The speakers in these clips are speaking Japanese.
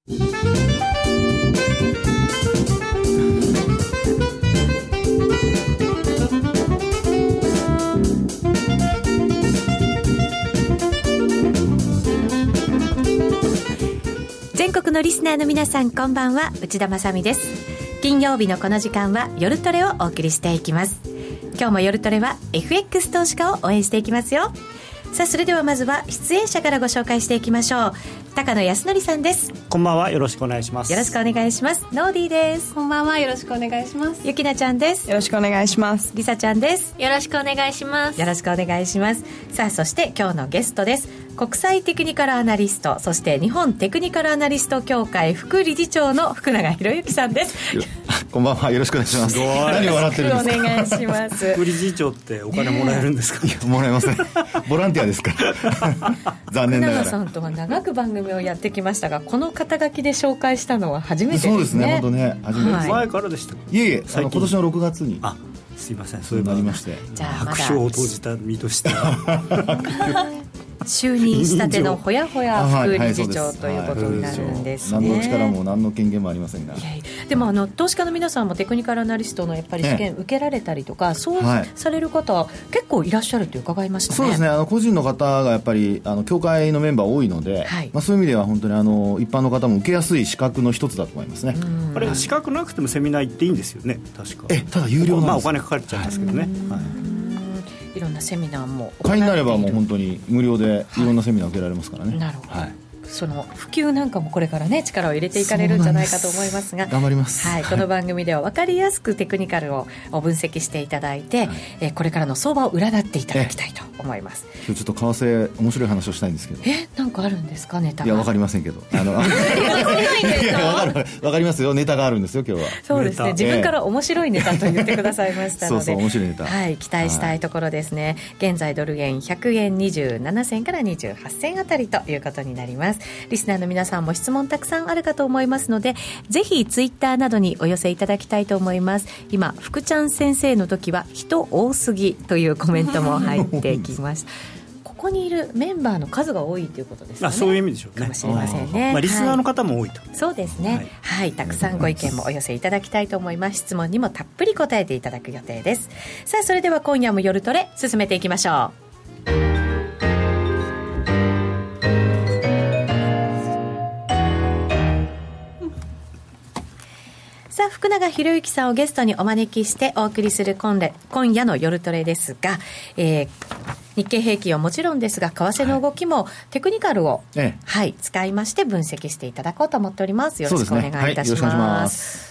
全国のリスナーの皆さん、こんばんは、内田まさみです。金曜日のこの時間は夜トレをお送りしていきます。今日も夜トレは FX 投資家を応援していきますよ。さあ、それではまずは出演者からご紹介していきましょう。高野康則さんです。 こんばんは、よろしくお願いします。 よろしくお願いします。ノーディーです。 こんばんは、よろしくお願いします。 ゆきなちゃんです。 よろしくお願いします。 りさちゃんです。 よろしくお願いします。 よろしくお願いします。さあ、そして今日のゲストです。国際テクニカルアナリスト、そして日本テクニカルアナリスト協会副理事長の福永博之さんです。 こんばんは、よろししくお願いします。何を笑ってるんですか。 お願いします。 副理事長ってお金もらえるんですか。 いや、もらえません。ボランティアですから残念ながら。 福永さんとは長く番組をやってきましたが、この肩書きで紹介したのは初めてですね。 そうですね、本当ね、初めてです、 前からでした。 いえいえ、今年の6月に。 あ、すいません、そういうなりまして、 じゃあ拍手を投じた身として就任したてのほやほや副理事長ということになるんですね。 何の力も何の権限もありませんが。 でも投資家の皆さんもテクニカルアナリストのやっぱり試験受けられたりとか、そうされる方は結構いらっしゃると伺いましたね。 そうですね、個人の方がやっぱり協会のメンバー多いので、そういう意味では本当に一般の方も受けやすい資格の一つだと思いますね。 あれ、資格なくてもセミナー行っていいんですよね、確か。 ただ有料なんです。 お金かかっちゃいますけどね、 いろんなセミナーも会員になればもう本当に無料でいろんなセミナー受けられますからね。 なるほど、その普及なんかもこれからね、力を入れていかれるんじゃないかと思いますが、 頑張ります。 この番組では分かりやすくテクニカルを分析していただいて、これからの相場を占っていただきたいと思います。 今日ちょっと為替面白い話をしたいんですけど。 なんかあるんですか、ネタが。 いや、分かりませんけど分かりますよ、ネタがあるんですよ今日は。 そうですね、自分から面白いネタと言ってくださいましたのでそう面白いネタ、 期待したいところですね。現在ドル円100円27銭から28銭あたりということになります。リスナーの皆さんも質問たくさんあるかと思いますので、ぜひツイッターなどにお寄せいただきたいと思います。今、福ちゃん先生の時は人多すぎというコメントも入ってきましたここにいるメンバーの数が多いということですね。 そういう意味でしょうね。 かもしれませんね。 リスナーの方も多いと、 そうですね、たくさんご意見もお寄せいただきたいと思います。質問にもたっぷり答えていただく予定です。さあ、それでは今夜も夜トレ進めていきましょう。さあ、福永博之さんをゲストにお招きしてお送りする今夜の夜トレですが、日経平均はもちろんですが、為替の動きもテクニカルを、使いまして分析していただこうと思っております。よろしくお願いいたします。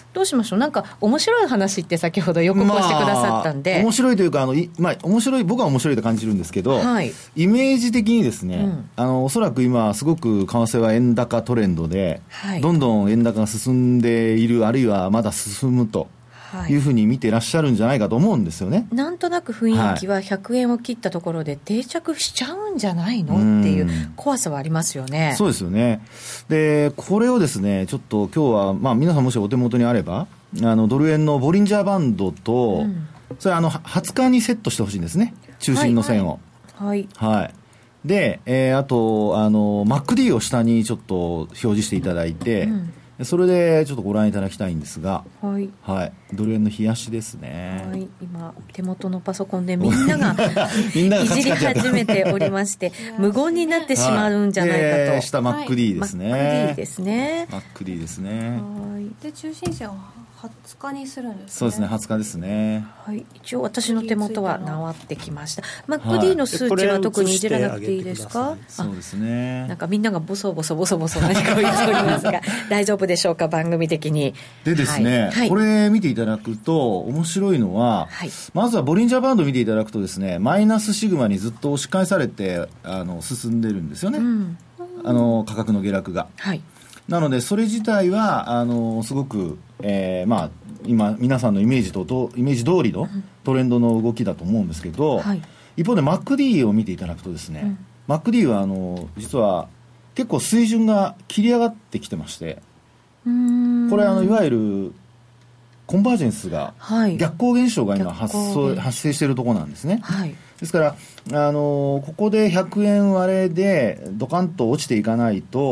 どうしましょう。なんか面白い話って先ほど予告をしてくださったんで、 面白いというか面白い、僕は面白いと感じるんですけど、イメージ的にですね、おそらく今すごく為替は円高トレンドで、どんどん円高が進んでいる、あるいはまだ進むというふうに見てらっしゃるんじゃないかと思うんですよね。 なんとなく雰囲気は100円を切ったところで定着しちゃうんじゃないのっていう怖さはありますよね。 そうですよね。で、これをですね、ちょっと今日は、皆さんもしお手元にあればドル円のボリンジャーバンドと、それ20日にセットしてほしいんですね、中心の線を。で、あとMACD を下にちょっと表示していただいて、それでちょっとご覧いただきたいんですが、ドル円の冷やしですね。 今手元のパソコンでみんながいじり始めておりまして無言になってしまうんじゃないかと。 下 MACD ですね。 MACD ですね。 MACD ですね。 で、中心線を20日にするんですね。 そうですね、20日ですね。 一応私の手元は直ってきました。MACD の数値は特にいじらなくていいですか。 そうですね。 なんかみんながボソボソ何か言っておりますが大丈夫でしょうか、番組的に。 でですね、これ見ていただくと面白いのは、まずはボリンジャーバンド見ていただくとですね、マイナスシグマにずっと押し返されて進んでるんですよね、価格の下落が。なのでそれ自体はすごく、今皆さんのイメージ通りのトレンドの動きだと思うんですけど、一方で MACD を見ていただくとですね、MACD は実は結構水準が切り上がってきてまして、これいわゆるコンバージェンスが、逆行現象が今発生しているところなんですね。ですからここで100円割れでドカンと落ちていかないと、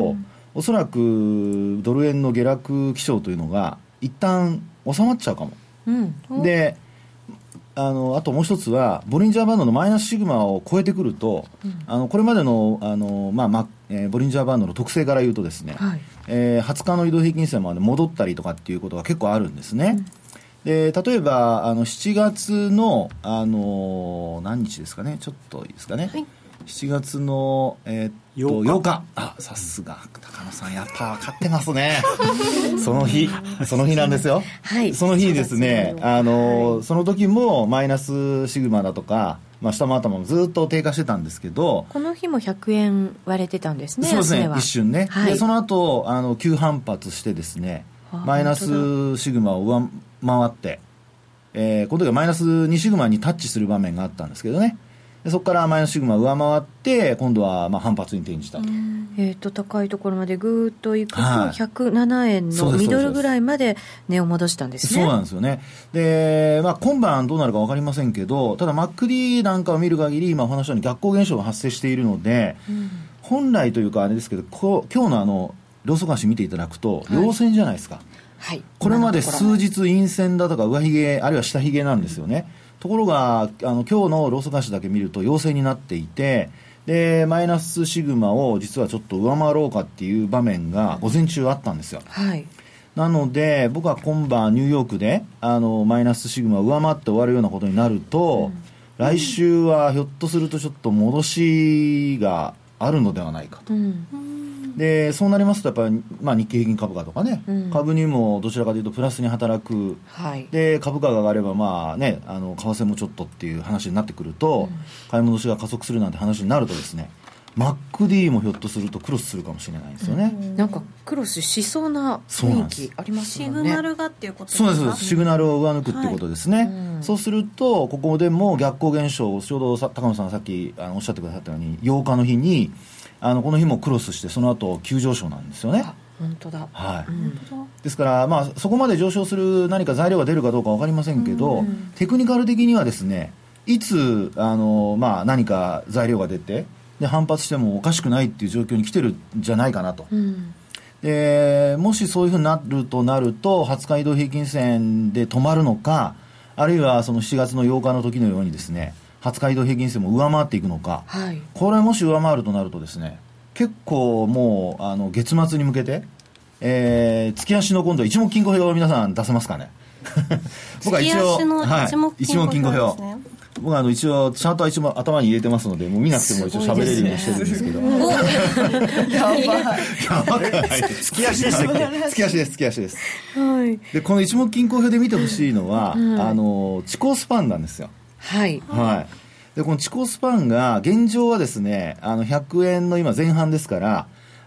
おそらくドル円の下落基調というのが一旦収まっちゃうかも、であともう一つはボリンジャーバンドのマイナスシグマを超えてくると、これまでの、ボリンジャーバンドの特性から言うとですね、20日の移動平均線まで戻ったりとかっていうことが結構あるんですね、で例えば7月の、何日ですかね、ちょっといいですかね、7月の、8日、さすが高野さん、やっぱ分かってますねその日なんですよ、その日ですね、その時もマイナスシグマだとか、下も頭もずっと低下してたんですけど、 この日も100円割れてたんですね。 そうですね、一瞬ね、でその後急反発してですね、マイナスシグマを上回って、この時はマイナス2シグマにタッチする場面があったんですけどね、でそこからマイナスシグマ上回って今度は反発に転じたと、 高いところまでぐーっといくと107円のミドルぐらいまで値を戻したんですね。 そうなんですよね。で、今晩どうなるか分かりませんけど、ただ MACD なんかを見る限り今お話したように逆行現象が発生しているので、本来というかあれですけど、今日のローソク足見ていただくと陽線じゃないですか、これまで数日陰線だとか上髭あるいは下髭なんですよね。ところが今日のローソク足だけ見ると陽線になっていて、でマイナスシグマを実はちょっと上回ろうかっていう場面が午前中あったんですよ、なので僕は今晩ニューヨークでマイナスシグマを上回って終わるようなことになると、来週はひょっとするとちょっと戻しがあるのではないかと、でそうなりますとやっぱり、日経平均株価とかね、株にもどちらかというとプラスに働く、で株価が上がれば為替もちょっとっていう話になってくると、買い戻しが加速するなんて話になるとですね、MACD もひょっとするとクロスするかもしれないんですよね、 なんかクロスしそうな雰囲気ありますよね。 シグナルがっていうことですか。 そうです、シグナルを上抜くっていうことですね、そうするとここでも逆行現象、ちょうど高野さんがさっきおっしゃってくださったように8日の日にこの日もクロスしてその後急上昇なんですよね。 本当だ、 ですからそこまで上昇する何か材料が出るかどうか分かりませんけど、テクニカル的にはですね、いつ何か材料が出てで反発してもおかしくないっていう状況に来てるんじゃないかなと、でもしそういうふうになると20日移動平均線で止まるのか、あるいはその7月の8日の時のようにですね20日移動平均線も上回っていくのか、これもし上回るとなるとですね、結構もう月末に向けて、月足の今度は一目金庫表を皆さん出せますかね僕は一応一目金庫表、僕は一応チャートは一応頭に入れてますので、もう見なくても一応喋れるようにしてるんですけどやばい月足でしたっけ。 月足です、でこの一目金庫表で見てほしいのは、地高スパンなんですよ。でこの地高スパンが現状はですね100円の今前半ですから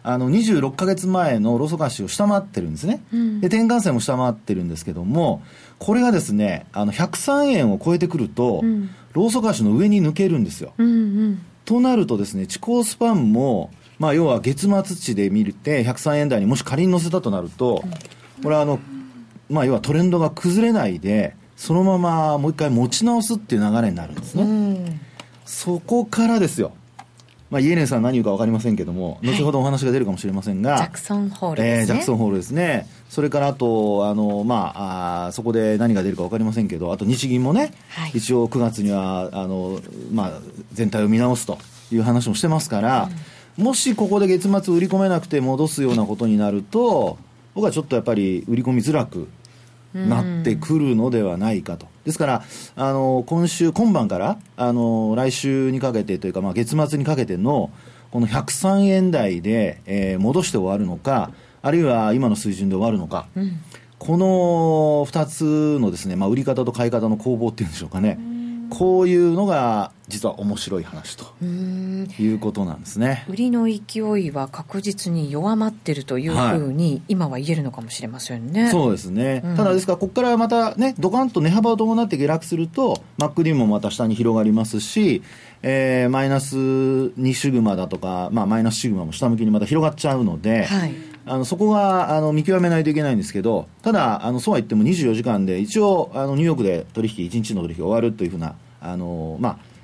26ヶ月前のローソク足を下回ってるんですね、で転換線も下回ってるんですけども、これがですね103円を超えてくると、ローソク足の上に抜けるんですよ、となるとですね地高スパンも、要は月末値で見て103円台にもし仮に乗せたとなると、これは要はトレンドが崩れないでそのままもう一回持ち直すっていう流れになるんですね、そこからですよ。イエレンさん何言うか分かりませんけども、後ほどお話が出るかもしれませんが、 ジャクソンホールですね、 ジャクソンホールですね。それからあとそこで何が出るか分かりませんけど、あと日銀もね、一応9月には全体を見直すという話もしてますから、もしここで月末売り込めなくて戻すようなことになると、僕はちょっとやっぱり売り込みづらくなってくるのではないかと。ですから今晩から来週にかけてというか、月末にかけてのこの103円台で、戻して終わるのか、あるいは今の水準で終わるのか、この2つのですね、売り方と買い方の攻防っていうんでしょうかね、こういうのが実は面白い話ということなんですね。 売りの勢いは確実に弱まっているというふうに今は言えるのかもしれませんね。 そうですね、ただですからここからまたねドカンと値幅を伴って下落すると MACD もまた下に広がりますし、マイナス2シグマだとか、マイナスシグマも下向きにまた広がっちゃうので、そこが見極めないといけないんですけど、ただそうは言っても24時間で一応ニューヨークで1日の取引が終わるというふうな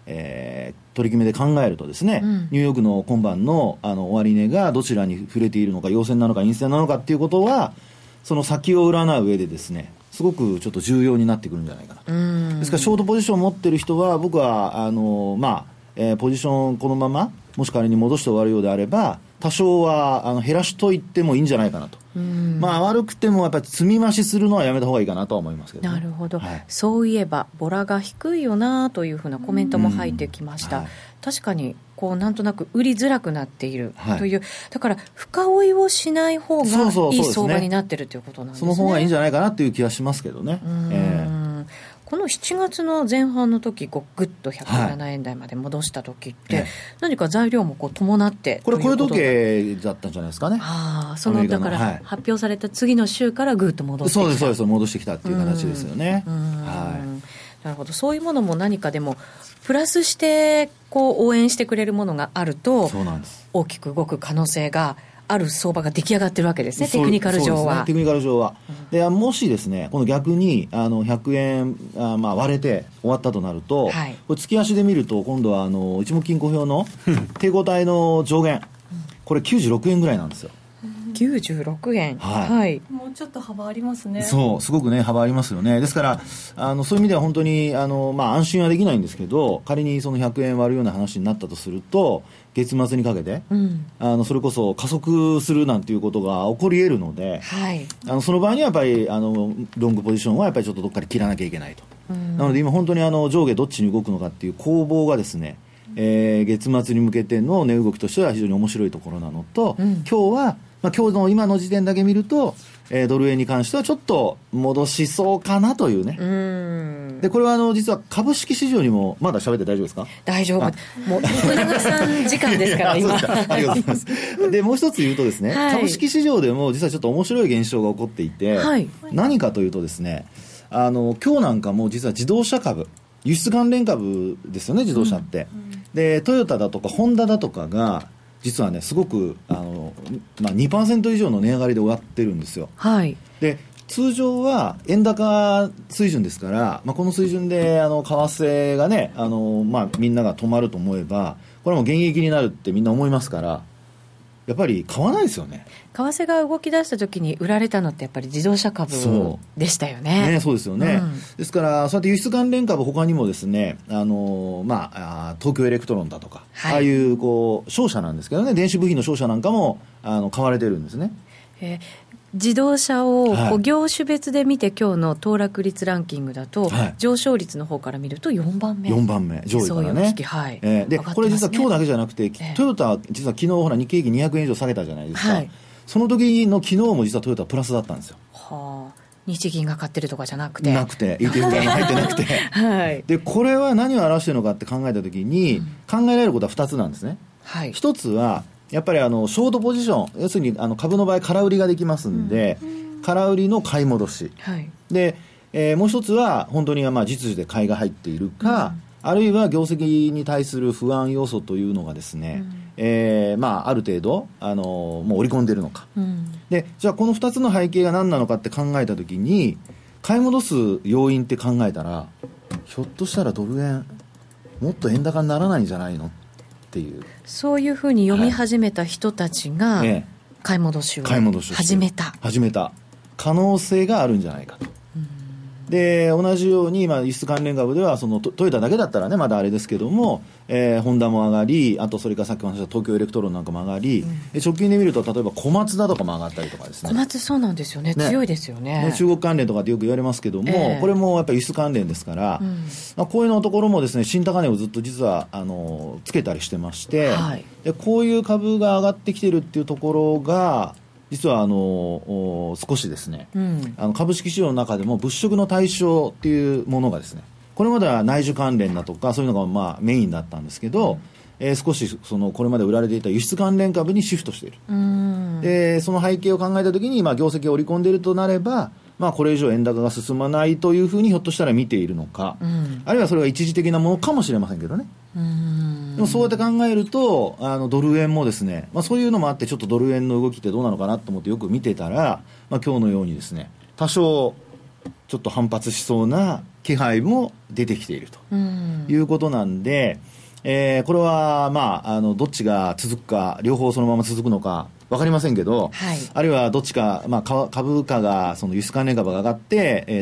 取り決めで考えるとですね、ニューヨークの今晩の終値がどちらに触れているのか、陽線なのか陰線なのかっていうことは、その先を占う上でですね、すごくちょっと重要になってくるんじゃないかなと。ですからショートポジションを持ってる人は、僕はポジションこのままもし仮に戻して終わるようであれば、多少は減らしといてもいいんじゃないかなと。悪くてもやっぱり積み増しするのはやめた方がいいかなとは思いますけど、ね、 なるほど、そういえばボラが低いよなというふうなコメントも入ってきました。確かになんとなく売りづらくなっているという、だから深追いをしない方がいい相場になってるということなんですね。 その方がいいんじゃないかなという気はしますけどね。 この7月の前半の時ぐっと107円台まで戻した時って、何か材料も伴ってこれ雇用統計だったんじゃないですかね。 だから発表された次の週からぐっと戻ってきた。 そうです戻してきたっていう形ですよね。 なるほど。そういうものも何かでもプラスして応援してくれるものがあると、 そうなんです、 大きく動く可能性がある相場が出来上がってるわけですね、テクニカル上は。 テクニカル上は。でもしですね、この逆に100円割れて終わったとなると、これ月足で見ると今度は一目金小表の抵抗体の上限、これ96円ぐらいなんですよ。 96円、 もうちょっと幅ありますね。 すごくね幅ありますよね。ですからそういう意味では本当に安心はできないんですけど、仮にその100円割るような話になったとすると、月末にかけて、それこそ加速するなんていうことが起こり得るので、その場合にはやっぱりロングポジションはやっぱりちょっとどっかで切らなきゃいけないと。なので今本当に上下どっちに動くのかっていう攻防がですね、月末に向けての値動きとしては非常に面白いところなのと、今日は今日の今の時点だけ見ると、ドル円に関してはちょっと戻しそうかなというね。でこれは実は株式市場にもまだ喋って大丈夫ですか？ 大丈夫。もう福永さん時間ですから今。 ありがとうございます。でもう一つ言うとですね、株式市場でも実はちょっと面白い現象が起こっていて、何かというとですね、今日なんかも実は自動車株、輸出関連株ですよね、自動車って。でトヨタだとかホンダだとかが実はねすごく2% 以上の値上がりで終わってるんですよ。で通常は円高水準ですから、この水準で為替がねみんなが止まると思えば、これはもう現役になるってみんな思いますから、やっぱり買わないですよね。 為替が動き出した時に売られたのってやっぱり自動車株でしたよね。 そうですよね、ですからそうやって輸出関連株他にもですね、東京エレクトロンだとか、ああいう商社なんですけどね、電子部品の商社なんかも買われてるんですね。 自動車を業種別で見て、今日の騰落率ランキングだと、上昇率の方から見ると4番目上位からね。でこれ実は今日だけじゃなくて、トヨタ実は昨日ほら日経平均200円以上下げたじゃないですか、その時の昨日も実はトヨタプラスだったんですよ。 日銀が買ってるとかじゃなくて ETF が入ってなくて、でこれは何を表しているのかって考えた時に、考えられることは2つなんですね。1つはやっぱりショートポジション、要するに株の場合空売りができますんで、空売りの買い戻し、で、もう一つは本当に実需で買いが入っているか、あるいは業績に対する不安要素というのがですね、ある程度もう織り込んでいるのか、でじゃあこの2つの背景が何なのかって考えたときに、買い戻す要因って考えたら、ひょっとしたらドル円もっと円高にならないんじゃないのっていう、 そういうふうに読み始めた人たちが買い戻しを始めた可能性があるんじゃないかと。で同じように輸出関連株ではそのトヨタだけだったらねまだあれですけども、ホンダも上がり、あとそれからさっきも話した東京エレクトロンなんかも上がり、直近で見ると例えば小松田とかも上がったりとかですね。 小松そうなんですよね、強いですよね。 中国関連とかってよく言われますけども、これもやっぱり輸出関連ですから、こういうのところもですね新高値をずっと実はつけたりしてまして、でこういう株が上がってきてるっていうところが実は少しですね、株式市場の中でも物色の対象っていうものがですね、これまでは内需関連だとかそういうのがメインだったんですけど、少しこれまで売られていた輸出関連株にシフトしている。でその背景を考えたときに、業績を織り込んでいるとなれば、これ以上円高が進まないというふうにひょっとしたら見ているのか、あるいはそれが一時的なものかもしれませんけどね。でもそうやって考えるとドル円もですね、そういうのもあってちょっとドル円の動きってどうなのかなと思ってよく見てたら、今日のようにですね多少ちょっと反発しそうな気配も出てきているということなんで、これは、どっちが続くか、両方そのまま続くのか分かりませんけど、はい、あるいはどっちか、株価がその輸出関連株が上がって、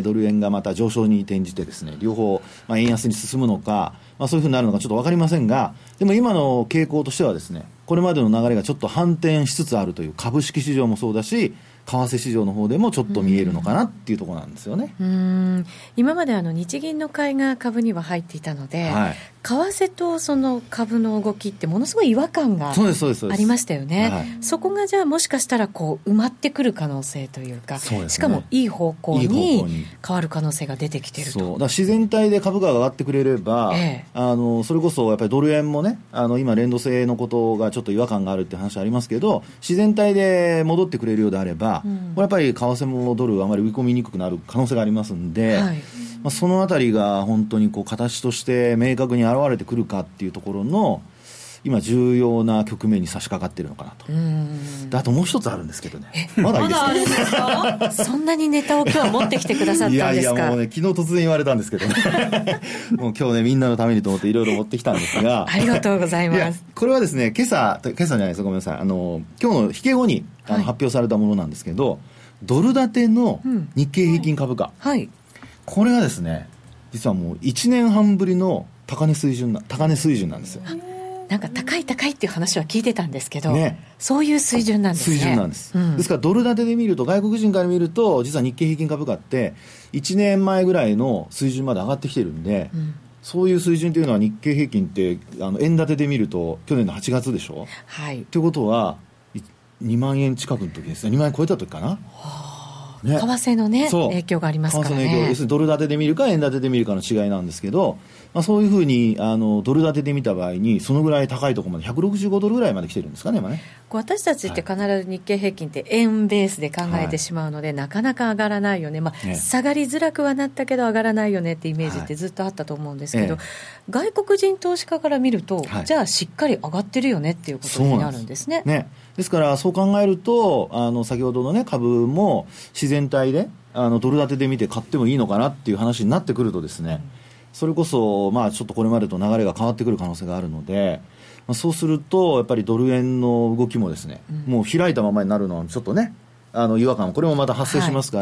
ドル円がまた上昇に転じてですね、両方、円安に進むのか、そういうふうになるのかちょっと分かりませんが、でも今の傾向としてはですね、これまでの流れがちょっと反転しつつあるという、株式市場もそうだし、為替市場の方でもちょっと見えるのかなっていうところなんですよね。 今まで日銀の買いが株には入っていたので、はい、為替とその株の動きってものすごい違和感がありましたよね。はい、そこがじゃあもしかしたらこう埋まってくる可能性というか、ね、しかもいい方向に変わる可能性が出てきていると。 そうだから自然体で株価が上がってくれれば、それこそやっぱりドル円もね、今連動性のことがちょっと違和感があるって話ありますけど、自然体で戻ってくれるようであれば、これやっぱり為替もドルあまり売り込みにくくなる可能性がありますんで、はい、そのあたりが本当にこう形として明確に現れてくるかっていうところの今重要な局面に差し掛かっているのかなと。であともう一つあるんですけどね、まだいいですかそんなにネタを今日は持ってきてくださったんですか。 いやもうね、昨日突然言われたんですけどねもう今日ねみんなのためにと思っていろいろ持ってきたんですがありがとうございます。 これはですね、今朝じゃないですか、ごめんなさい、今日の引け後に発表されたものなんですけど、ドル建ての日経平均株価、これがですね、実はもう1年半ぶりの高値水準なんですよ。 なんか高いっていう話は聞いてたんですけど、そういう水準なんですね。 水準なんです、ですからドル建てで見ると、外国人から見ると実は日経平均株価って1年前ぐらいの水準まで上がってきてるんで、そういう水準というのは日経平均って円建てで見ると去年の8月でしょ。はい。ということは2万円近くの時ですね、2万円超えた時かな。 為替のね影響がありますからね。 為替の影響、要するにドル建てで見るか円建てで見るかの違いなんですけど、そういうふうにドル建てで見た場合にそのぐらい高いところまで165ドルぐらいまで来てるんですかね、今ね。 私たちって必ず日経平均って円ベースで考えてしまうので、なかなか上がらないよね、下がりづらくはなったけど上がらないよねってイメージってずっとあったと思うんですけど、外国人投資家から見ると、じゃあしっかり上がってるよねっていうことになるんですね。 ですからそう考えると先ほどの、ね、株も自然体でドル建てで見て買ってもいいのかなっていう話になってくるとですね、それこそ、ちょっとこれまでと流れが変わってくる可能性があるので、そうするとやっぱりドル円の動きもですね、もう開いたままになるのはちょっとね違和感これもまた発生しますから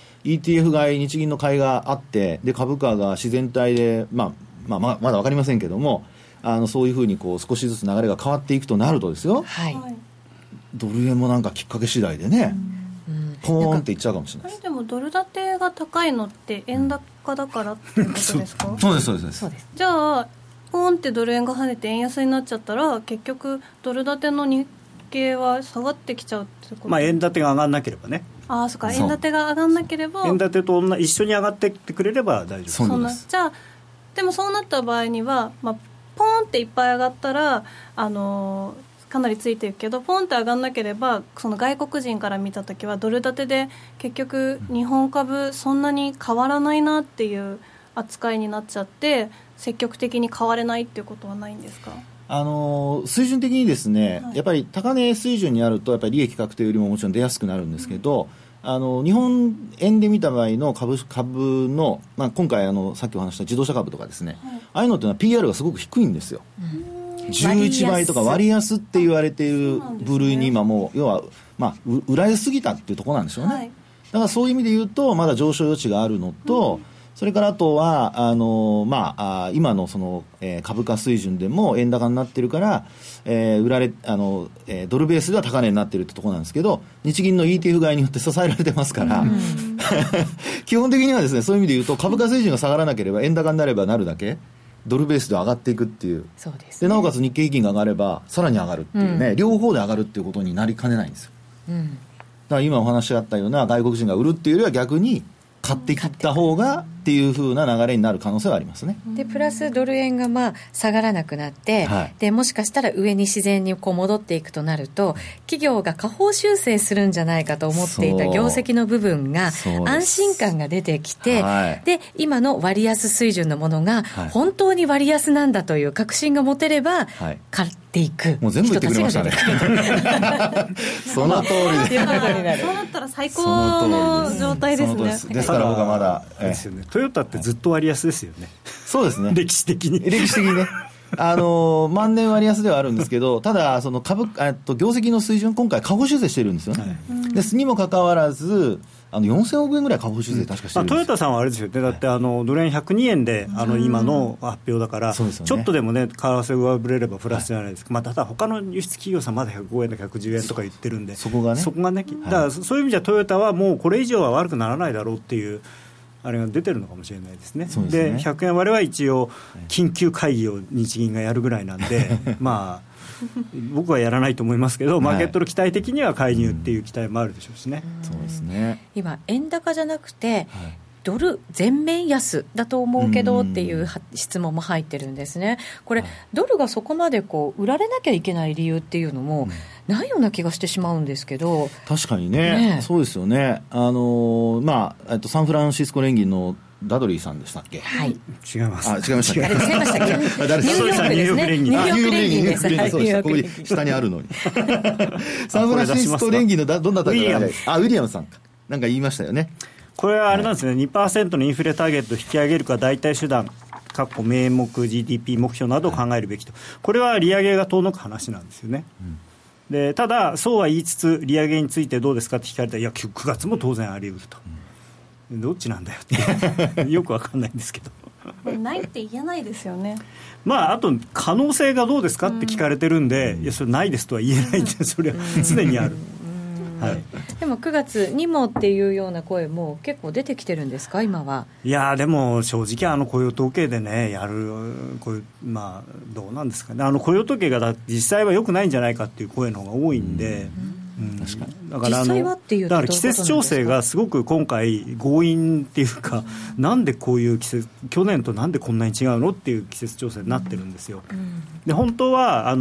、ETF 買い日銀の買いがあってで株価が自然体で、まだ分かりませんけどもそういうふうにこう少しずつ流れが変わっていくとなるとですよ、ドル円もなんかきっかけ次第でね、ポーンっていっちゃうかもしれないです。 でもドル建てが高いのって円高だからってことですか？ そうです。 じゃあポーンってドル円が跳ねて円安になっちゃったら結局ドル建ての日経は下がってきちゃうってこと？ 円建てが上がらなければね。 そっか、円建てが上がらなければ円建てと一緒に上がってってくれれば大丈夫です。 じゃあでもそうなった場合には、ポーンっていっぱい上がったらかなりついてるけど、ポンって上がんなければその外国人から見たときはドル建てで結局日本株そんなに変わらないなっていう扱いになっちゃって積極的に買われないっていうことはないんですか？ 水準的にですね、やっぱり高値水準にあるとやっぱり利益確定よりももちろん出やすくなるんですけど、日本円で見た場合の株の、今回さっきお話した自動車株とかですね、ああいうのっていうのは PR がすごく低いんですよ。11倍とか割安って言われている部類に今もう要は売られすぎたっていうところなんでしょうね。だからそういう意味で言うとまだ上昇余地があるのと、それからあとは今のその、株価水準でも円高になってるから、ドルベースでは高値になってるってところなんですけど、日銀の ETF 買いによって支えられてますから基本的にはですね、そういう意味で言うと株価水準が下がらなければ円高になればなるだけドルベースで上がっていくっていう、 そうですね、 でなおかつ日経平均が上がればさらに上がるっていうね、両方で上がるっていうことになりかねないんですよ。だから今お話があったような外国人が売るっていうよりは逆に買ってきた方がっていう風な流れになる可能性はありますね。 でプラスドル円が下がらなくなって、でもしかしたら上に自然にこう戻っていくとなると企業が下方修正するんじゃないかと思っていた業績の部分が安心感が出てきて、で今の割安水準のものが本当に割安なんだという確信が持てれば買っていく、 もう全部言ってくれましたねその通りでそうなったら最高の状態ですね。 ですから僕はまだトヨタってずっと割安ですよね、 そうですね、 歴史的にね万年割安ではあるんですけど、ただその業績の水準今回下方修正してるんですよね、ですにもかかわらず4000億円ぐらい下方修正確かしてるんですよ、 トヨタさんはあれですよね、だってドル円102円で今の発表だから、ちょっとでもね為替上振れればプラスじゃないですか、ただ他の輸出企業さんまだ105円とか110円とか言ってるんで、そこがね、だからそういう意味じゃトヨタはもうこれ以上は悪くならないだろうっていうあれが出てるのかもしれないですね。で100円割れは一応緊急会議を日銀がやるぐらいなんで僕はやらないと思いますけど、マーケットの期待的には介入っていう期待もあるでしょうしね、 そうですね。 今円高じゃなくて、ドル全面安だと思うけどっていう質問も入ってるんですね。これ、ドルがそこまで売られなきゃいけない理由っていうのもないような気がしてしまうんですけど、 確かに ねそうですよね。サンフランシスコ連銀のダドリーさんでしたっけ。 はい、 違います。違いましたっけ。 違いましたっけ。ニューヨークですね。ニューヨーク連銀です。 そうです。ここに下にあるのに。サンフランシスコ連銀のどんなウィリアムさんかなんか言いましたよね。 これはあれなんですね、2% のインフレターゲットを引き上げるか代替手段名目 GDP 目標などを考えるべきと、これは利上げが遠のく話なんですよね、でただそうは言いつつ利上げについてどうですかって聞かれたら、いや9月も当然あり得ると、どっちなんだよってよく分かんないんですけどないって言えないですよね。 あと可能性がどうですかって聞かれてるんで、いやそれないですとは言えないんで、それは常にあるはい、でも9月にもっていうような声も結構出てきてるんですか今は。 いやでも正直雇用統計でねやるこういうどうなんですかね、雇用統計が実際は良くないんじゃないかっていう声の方が多いんで、 確かにだから季節調整がすごく今回強引っていうか、なんでこういう去年となんでこんなに違うのっていう季節調整になってるんですよ、で本当は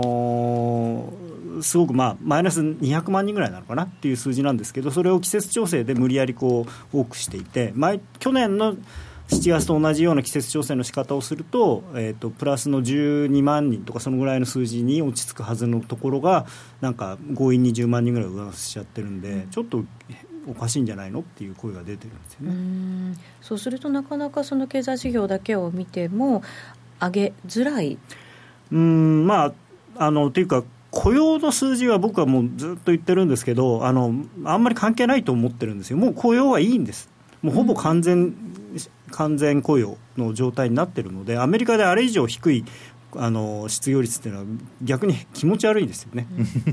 すごくマイナス200万人ぐらいなのかなっていう数字なんですけど、それを季節調整で無理やり多くしていて、去年の7月と同じような季節調整の仕方をすると、プラスの12万人とかそのぐらいの数字に落ち着くはずのところがなんか強引に10万人ぐらい上乗せしちゃってるんで、ちょっとおかしいんじゃないのっていう声が出てるんですよね。 そうするとなかなかその経済指標だけを見ても上げづらい。 というか雇用の数字は僕はもうずっと言ってるんですけど、あんまり関係ないと思ってるんですよ。もう雇用はいいんです。もうほぼ完全雇用の状態になってるので、アメリカであれ以上低い失業率っていうのは逆に気持ち悪いですよね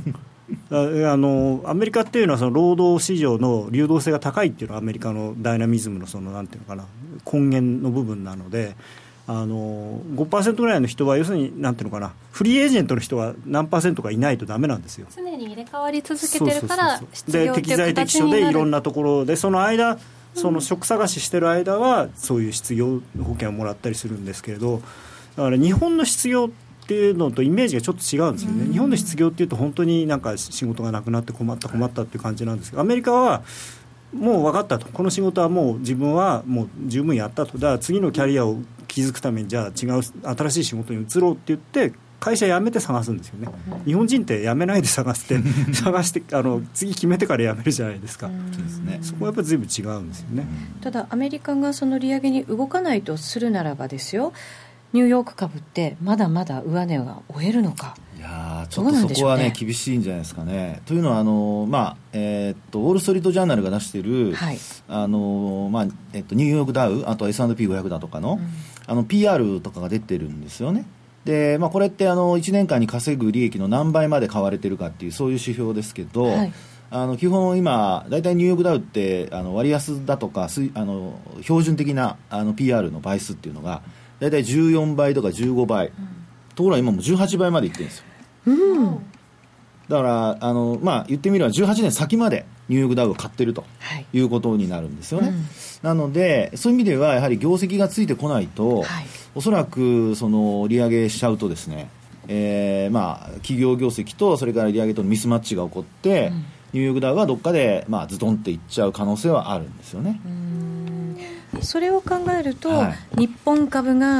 アメリカっていうのはその労働市場の流動性が高いっていうのはアメリカのダイナミズムのなんていうのかな根源の部分なので、5% ぐらいの人は要するになんていうのかな、フリーエージェントの人は何%かいないとダメなんですよ。 常に入れ替わり続けてるから失業っていう形になる。 で適材適所でいろんなところでその間職探ししてる間はそういう失業保険をもらったりするんですけれど、だから日本の失業っていうのとイメージがちょっと違うんですよね。日本の失業っていうと本当になんか仕事がなくなって困ったっていう感じなんですけど、アメリカはもう分かったと、この仕事はもう自分はもう十分やったと、だから次のキャリアを築くためにじゃあ違う新しい仕事に移ろうって言って会社辞めて探すんですよね。日本人って辞めないで探して次決めてから辞めるじゃないですか。そこはやっぱり随分違うんですよね。 ただアメリカがその利上げに動かないとするならばですよ、ニューヨーク株ってまだまだ上値が追えるのか。 いやちょっとそこはね厳しいんじゃないですかね。というのはウォール・ストリート・ジャーナルが出している、ニューヨークダウ、あと S&P500 だとかの、PR とかが出てるんですよね。でこれって1年間に稼ぐ利益の何倍まで買われてるかっていうそういう指標ですけど、基本今だいたいニューヨークダウって割安だとか標準的なPR の倍数っていうのがだいたい14倍とか15倍、ところが今も18倍までいってるんですよ。だから言ってみれば18年先までニューヨークダウを買ってるということになるんですよね。なのでそういう意味ではやはり業績がついてこないと、おそらくその利上げしちゃうとですね、企業業績とそれから利上げとのミスマッチが起こって、ニューヨークダウがどっかでズドンっていっちゃう可能性はあるんですよね。 それを考えると、日本株が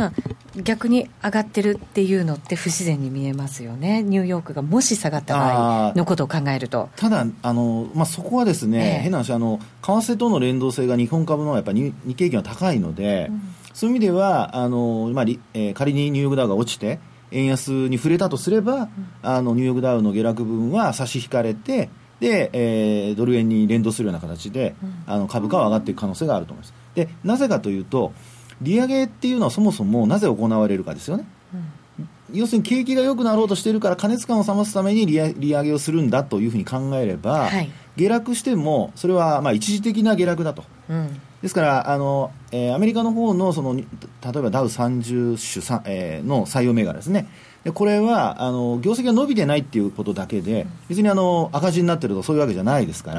逆に上がってるっていうのって不自然に見えますよね。ニューヨークがもし下がった場合のことを考えると。 ただそこはですね、変な話、為替との連動性が日本株のやっぱり日経平均は高いので、そういう意味では仮にニューヨークダウが落ちて円安に触れたとすれば、ニューヨークダウの下落分は差し引かれて、で、ドル円に連動するような形で、株価は上がっていく可能性があると思います。で、なぜかというと、利上げっていうのはそもそもなぜ行われるかですよね。要するに景気が良くなろうとしているから過熱感を冷ますために利上げをするんだというふうに考えれば、下落してもそれは一時的な下落だと。ですからアメリカの方の例えばダウ30種の採用銘柄ですね。でこれは業績が伸びてないっていうことだけで、別に赤字になってるとそういうわけじゃないですから、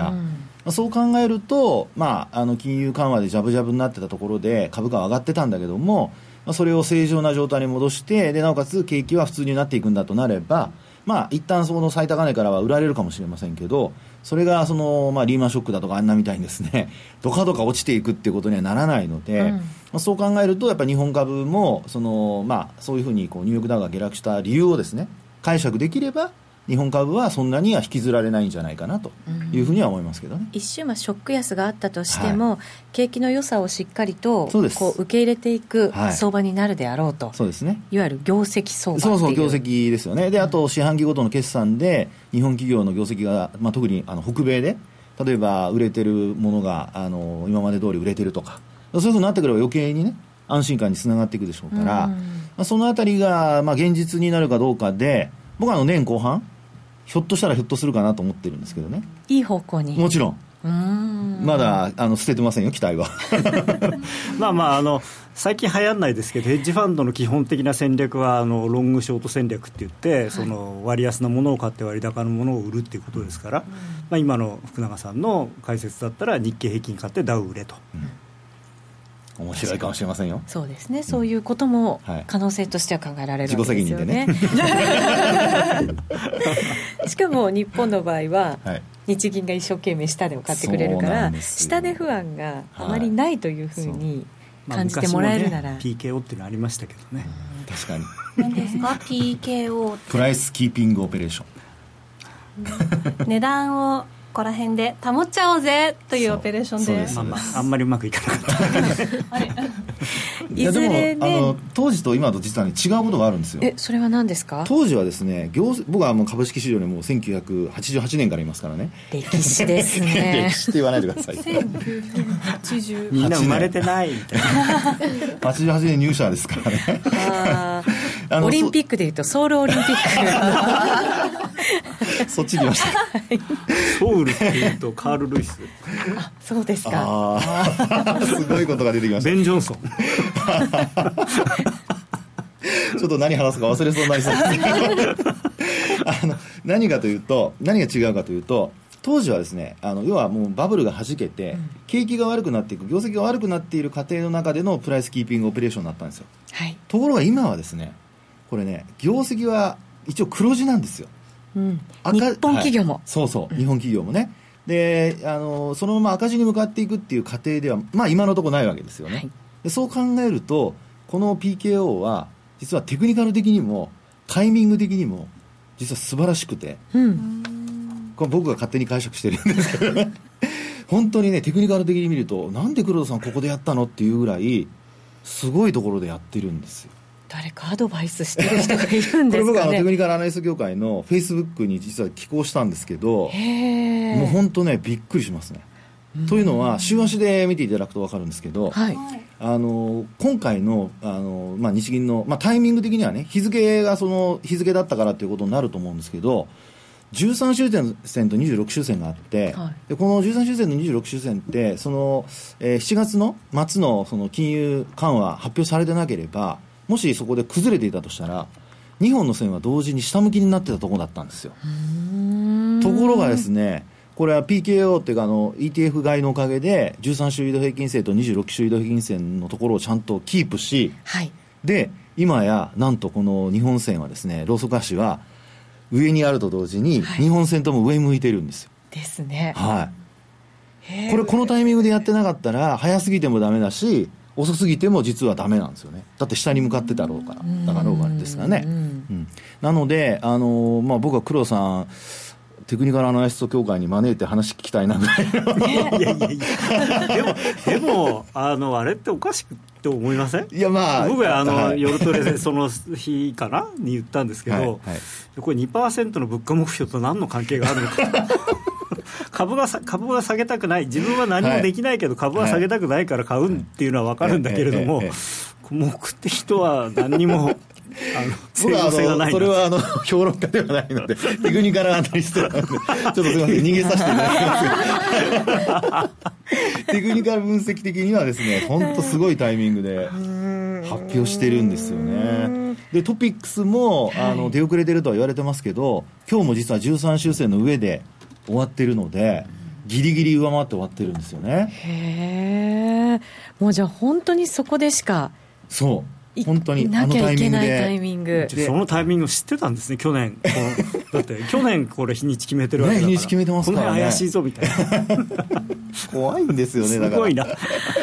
そう考えると、金融緩和でジャブジャブになってたところで株価は上がってたんだけども、それを正常な状態に戻して、でなおかつ景気は普通になっていくんだとなれば、一旦その最高値からは売られるかもしれませんけど、それがリーマンショックだとかあんなみたいにですね、どかどか落ちていくっていうことにはならないので、そう考えるとやっぱり日本株もそういうふうにニューヨークダウが下落した理由をですね解釈できれば、日本株はそんなには引きずられないんじゃないかなというふうには思いますけどね。 一瞬ショック安があったとしても、景気の良さをしっかりと受け入れていく相場になるであろうと。 そうですね。 いわゆる業績相場っていう。 そう業績ですよね。であと四半期ごとの決算で日本企業の業績が、特に北米で例えば売れてるものが今まで通り売れてるとか、そういうふうになってくれば余計にね安心感につながっていくでしょうから、そのあたりが現実になるかどうかで、僕は年後半ひょっとしたらひょっとするかなと思ってるんですけどね。 いい方向に。 もちろん。まだ捨ててませんよ、期待は。 最近流行んないですけど、ヘッジファンドの基本的な戦略はロングショート戦略って言って、その割安なものを買って割高なものを売るっていうことですから、今の福永さんの解説だったら日経平均買ってダウ売れと。 面白いかもしれませんよ。 そうですね、そういうことも可能性としては考えられるわけですよね。 自己責任でね。 しかも日本の場合は、日銀が一生懸命下値を買ってくれるから、下値不安があまりないというふうに感じてもらえるなら、 PKO っていうのありましたけどね。 確かに。 何ですかPKO って。 プライスキーピングオペレーション。値段をここら辺で保っちゃおうぜというオペレーションで、 あんまりうまくいかなかったいずれね、 でも当時と今と実は、違うことがあるんですよ。 それは何ですか？ 当時はですね、僕はもう株式市場にもう1988年からいますからね。 歴史ですね。 歴史って言わないでください。 1988 みんな生まれてないみたいな。 88年入社ですからね。 オリンピックでいうとソウルオリンピック。そっちにいました。 ソウルっていうとカール・ルイス。 そうですか。 すごいことが出てきました。 ベン・ジョンソン。 ちょっと何話すか忘れそうになりそうです何が違うかというと、当時はですね、要はもうバブルがはじけて、景気が悪くなっていく、業績が悪くなっている過程の中でのプライスキーピングオペレーションになったんですよ。ところが今はですね、これね、業績は一応黒字なんですよ。 日本企業も、 そうそう日本企業もね。でそのまま赤字に向かっていくっていう過程では今のところないわけですよね。でそう考えると、この PKO は実はテクニカル的にもタイミング的にも実は素晴らしくて、これ僕が勝手に解釈してるんですけどね本当にね、テクニカル的に見ると、なんで黒田さんここでやったのっていうぐらいすごいところでやってるんですよ。 誰かアドバイスしてる人がいるんですかね。これ僕はテクニカルアナリスト業界のフェイスブックに実は寄稿したんですけど、もう本当ね、びっくりしますね。というのは週足で見ていただくと分かるんですけど、今回の、日銀の、タイミング的にはね、日付がその日付だったからということになると思うんですけど、13週線と26週線があって、でこの13週線と26週線って7月の末のその金融緩和発表されてなければ、もしそこで崩れていたとしたら2本の線は同時に下向きになってたところだったんですよ。ところがですね、これは PKO っていうかETF 買いのおかげで13週移動平均線と26週移動平均線のところをちゃんとキープし、で今やなんとこの日本線はですね、ローソク足は上にあると同時に日本線とも上向いてるんですよ。 ですね。 このタイミングでやってなかったら早すぎてもダメだし、 遅すぎても実はダメなんですよね。だって下に向かってたろうからだからろうがですからね、なので僕は黒さんテクニカルアナリスト協会に招いて話聞きたいなぐらいのいやでもあれっておかしくって思いません？いや僕は夜トレでその日かなに言ったんですけど、これ 2% の物価目標と何の関係があるのか株は下げたくない、自分は何もできないけど株は下げたくないから買うっていうのは分かるんだけれども、目的とは何にも僕はそれは評論家ではないのでテクニカルアナリストなのでちょっとすみません逃げさせていただきますテクニカル分析的にはですね本当すごいタイミングで発表してるんですよね。でトピックスも出遅れてるとは言われてますけど、今日も実は13修正の上で終わってるのでギリギリ上回って終わってるんですよね。 へー、もうじゃあ本当にそこでしか本当になきゃいけないタイミングでそのタイミングを知ってたんですね去年だって去年これ日にち決めてるわけだから、 日にち決めてますからね、 この怪しいぞみたいな怖いんですよね。だからすごいなだ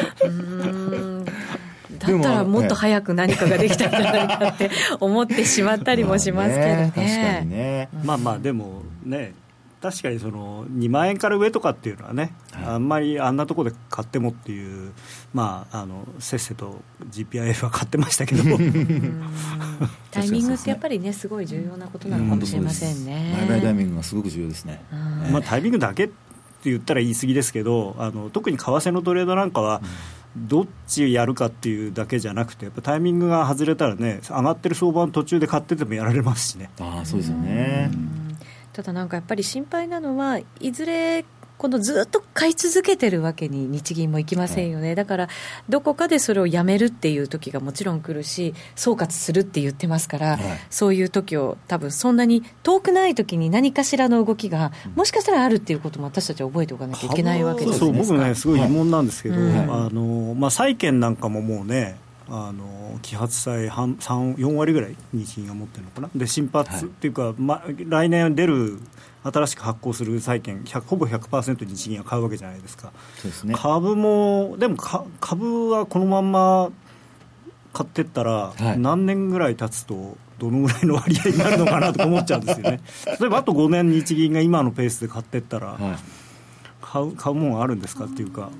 ったらもっと早く何かができたんじゃないかって思ってしまったりもしますけどね。 確かにね。 でもね確かにその2万円から上とかっていうのはね、あんまりあんなところで買ってもっていうせっせと GPIF は買ってましたけどタイミングってやっぱりねすごい重要なことなのかもしれませんね。 売買タイミングがすごく重要ですね。 タイミングだけって言ったら言い過ぎですけど特に為替のトレードなんかはどっちやるかっていうだけじゃなくてやっぱタイミングが外れたらね上がってる相場の途中で買っててもやられますしね。 そうですよね。 ただなんかやっぱり心配なのはいずれこのずっと買い続けてるわけに日銀もいきませんよね、だからどこかでそれをやめるっていう時がもちろん来るし総括するって言ってますから、そういう時を多分そんなに遠くない時に何かしらの動きがもしかしたらあるっていうことも私たちは覚えておかなきゃいけないわけです。 そう僕ねすごい疑問なんですけど、債券なんかももうね揮発債4割ぐらい日銀が持ってるのかな。で新発っていうか、来年出る新しく発行する債券ほぼ 100% 日銀が買うわけじゃないですか。 そうですね。 株もでも株はこのまんま買ってったら、何年ぐらい経つとどのぐらいの割合になるのかなと思っちゃうんですよね例えばあと5年日銀が今のペースで買ってったら、買うもんあるんですかっていうか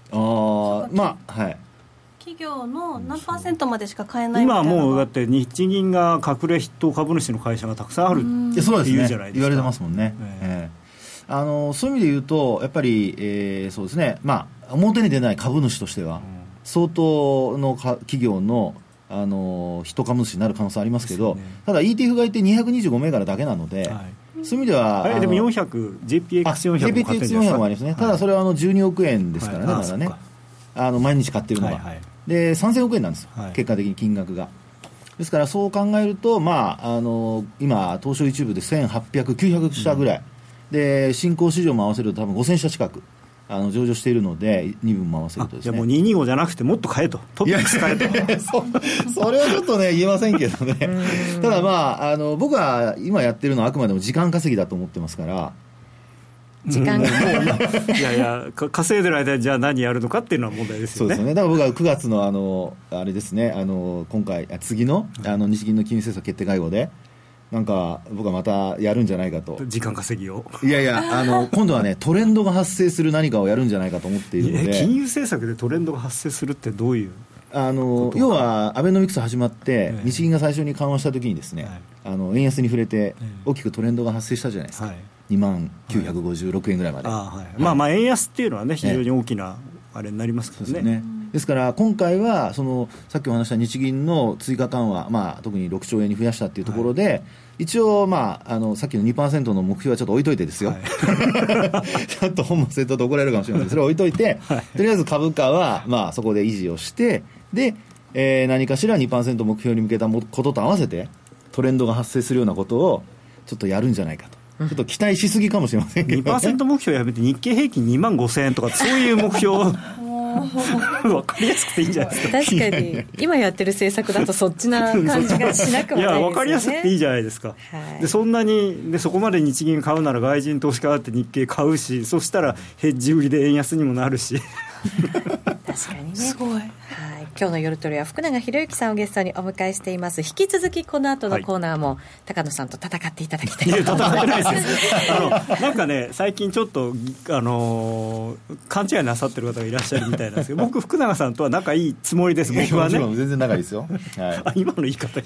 企業の何%までしか買えないみたいな。 今はもうだって日銀が隠れ筆頭株主の会社がたくさんあるっていうじゃないですか。 言われてますもんね、そういう意味で言うとやっぱり、そうですね、表に出ない株主としては、相当の企業の一株主になる可能性ありますけど、ただ ETF 買いって225銘柄だけななので、そういう意味ではでもJPX400 も買ってるんですか。 JPX400 もありますね、ただそれは12億円ですからね、まだね毎日買ってるのが、で3000億円なんですよ、結果的に金額が。ですからそう考えると、今東証一部で1800、900社ぐらい、で新興市場も合わせると多分5000社近く上場しているので2分も合わせるとですね。 じゃあもう225じゃなくてもっと買えと、トピックス買えとそれはちょっとね言えませんけどねただ僕は今やってるのはあくまでも時間稼ぎだと思ってますから、 時間がいや稼いでる間にじゃあ何やるのかっていうのは問題ですよね。 そうですよね。だから僕は9月のあれですね、今回次の日銀の金融政策決定会合でなんか僕はまたやるんじゃないかと。 時間稼ぎを今度はねトレンドが発生する何かをやるんじゃないかと思っているので。 金融政策でトレンドが発生するってどういう要はアベノミクス始まって日銀が最初に緩和した時にですね、円安に触れて大きくトレンドが発生したじゃないですか、2万956円ぐらいまで、 円安っていうのはね非常に大きなあれになりますからね。 ですから今回はさっきお話した日銀の追加緩和、特に6兆円に増やしたっていうところで、一応、さっきの 2% の目標はちょっと置いといてですよ、ちょっと本末転倒で怒られるかもしれないのでそれは置いといて、とりあえず株価は、そこで維持をしてで、何かしら 2% 目標に向けたことと合わせてトレンドが発生するようなことをちょっとやるんじゃないかと。ちょっと期待しすぎかもしれませんけど、 2% 目標やめて日経平均2万5000円とかそういう目標分かりやすくていいんじゃないですか。 確かに今やってる政策だとそっちな感じがしなくもないですよね。 分かりやすくていいじゃないですか、でそんなにでそこまで日銀買うなら外人投資家だって日経買うし、そしたらヘッジ売りで円安にもなるし確確かにね。 すごい。はい。 今日の夜トレは福永博之さんをゲストにお迎えしています。引き続きこの後のコーナーも、高野さんと戦っていただきたい。 いや戦ってないですなんかね最近ちょっと勘違いなさってる方がいらっしゃるみたいなんですけど、僕福永さんとは仲いいつもりです。僕はね全然仲いいですよ、はい、 今の言い方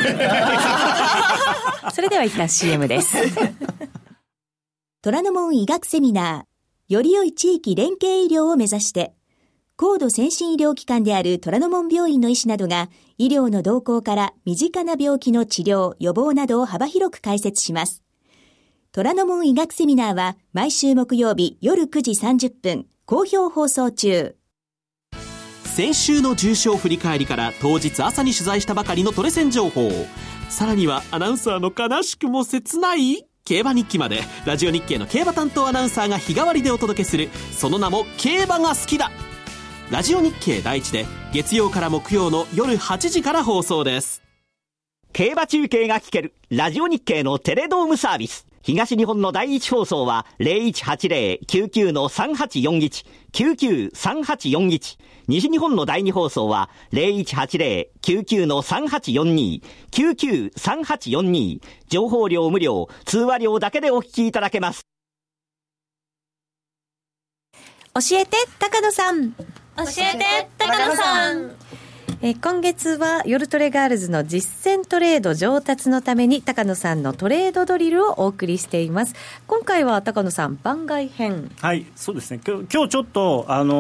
それでは一旦 CM です虎ノ門医学セミナー、より良い地域連携医療を目指して、高度先進医療機関である虎ノ門病院の医師などが、医療の動向から身近な病気の治療、予防などを幅広く解説します。虎ノ門医学セミナーは毎週木曜日夜9時30分、好評放送中。 先週の重賞振り返りから当日朝に取材したばかりのトレセン情報、さらにはアナウンサーの悲しくも切ない競馬日記まで、ラジオ日経の競馬担当アナウンサーが日替わりでお届けする、その名も競馬が好きだ。ラジオ日経第一で月曜から木曜の夜8時から放送です。 競馬中継が聞けるラジオ日経のテレドームサービス。東日本の第一放送は 0180-99-3841 99-3841。西日本の第二放送は 0180-99-3842 99-3842。情報量無料、通話料だけでお聞きいただけます。 教えて高野さん。 教えて高野さん。 今月は夜トレガールズの実践トレード上達のために高野さんのトレードドリルをお送りしています。今回は高野さん番外編。 はい、そうですね。今日ちょっと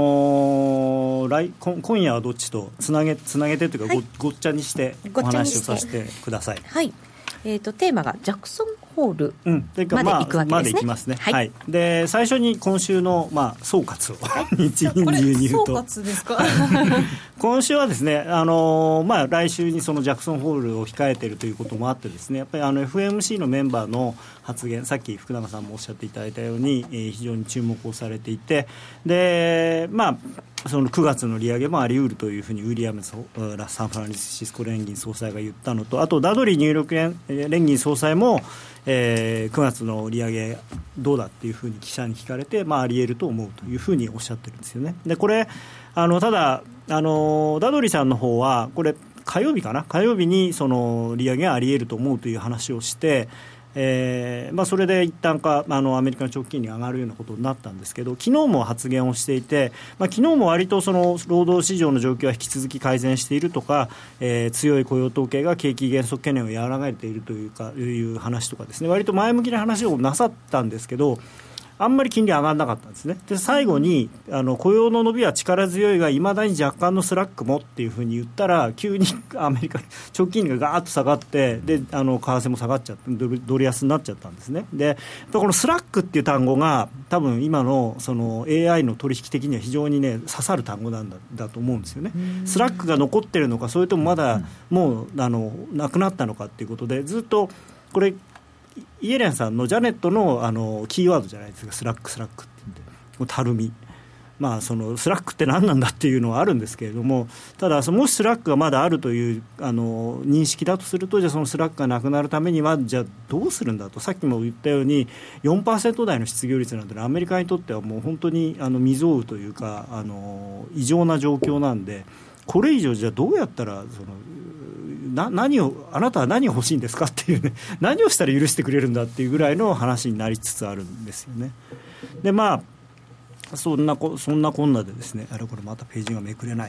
今夜はどっちとつなげてというか、はい、ごっちゃにしてお話をさせてください。 はい。テーマがジャクソンホールまで行くわけですね。 まで行きますね。 はい。 はい、で最初に今週の総括を、はい、日銀流に言うと。 総括ですか？ 今週はですね、来週にそのジャクソンホールを控えているということもあってですね、やっぱりFMC のメンバーの発言、さっき福永さんもおっしゃっていただいたように、非常に注目をされていて、でその9月の利上げもあり得るというふうにウィリアムズサンフランシスコ連銀総裁が言ったのと、あとダドリーニューヨーク連銀総裁も、9月の利上げどうだっていうふうに記者に聞かれて、あり得ると思うというふうにおっしゃってるんですよね。でこれただダドリーさんの方はこれ火曜日にその利上げがあり得ると思うという話をして、それで一旦アメリカの長期金利が上がるようなことになったんですけど、昨日も発言をしていて、昨日も割とその労働市場の状況は引き続き改善しているとか、強い雇用統計が景気減速懸念を和らげているという話とかですね、割と前向きな話をなさったんですけど、あんまり金利上がらなかったんですね。で最後に雇用の伸びは力強いがいまだに若干のスラックもっていうふうに言ったら、急にアメリカ長期金利がガーッと下がって、で為替も下がっちゃってドル安になっちゃったんですね。でこのスラックっていう単語が多分今のその AI の取引的には非常にね刺さる単語なんだと思うんですよね。スラックが残ってるのか、それともまだもうなくなったのかっていうことで、ずっとこれイエレンさんのジャネットのキーワードじゃないですか、スラックって言ってたるみ、そのスラックって何なんだっていうのはあるんですけれども、ただもしスラックがまだあるという認識だとすると、じゃあそのスラックがなくなるためにはじゃあどうするんだと、さっきも言ったように 4% 台の失業率なんてアメリカにとってはもう本当に未曾有というか異常な状況なんで、これ以上じゃあどうやったらあなたは何を欲しいんですかっていうね、何をしたら許してくれるんだっていうぐらいの話になりつつあるんですよね。でそんなこんなでですね、これまたページがめくれない、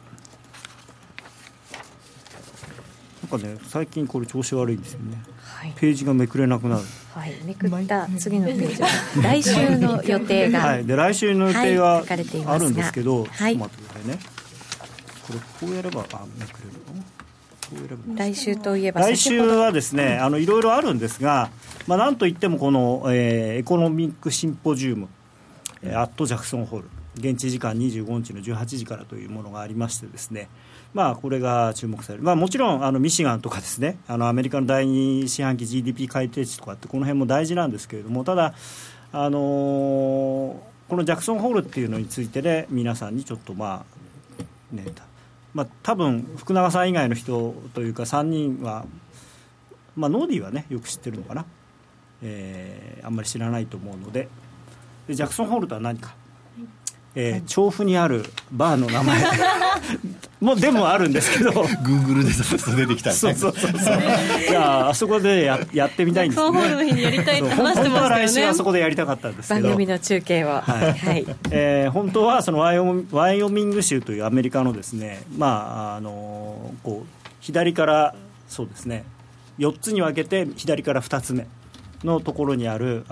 なんかね最近これ調子悪いんですよね、はい、ページがめくれなくなる、 はい、めくった次のページは来週の予定が、 はい、で来週の予定が書かれていますがあるんですけど、 はい、 ちょっと待ってくださいね。これこうやればめくれるの。 来週といえば来週はですね、いろいろあるんですが、なんといってもこの、エコノミックシンポジウム、アットジャクソンホール、現地時間25日の18時からというものがありましてですね、これが注目される、もちろんミシガンとかですね、アメリカの第2四半期 GDP 改定値とかってこの辺も大事なんですけれども、ただこのジャクソンホールっていうのについてで皆さんにちょっと多分福永さん以外の人というか3人は、ノーディーはねよく知ってるのかな、あんまり知らないと思うので、ジャクソンホールとは何か、 調布にあるバーの名前もでもあるんですけど Google で出てきたり、ね、 そうじゃああそこで やってみたいんですね。 ホールの日にやりたいって話してましたよね。 本当は来週はそこでやりたかったんですけど、 番組の中継を、はいはい本当はそのワイオミング州というアメリカのですね、こう左からそうですね4つに分けて左から2つ目のところにある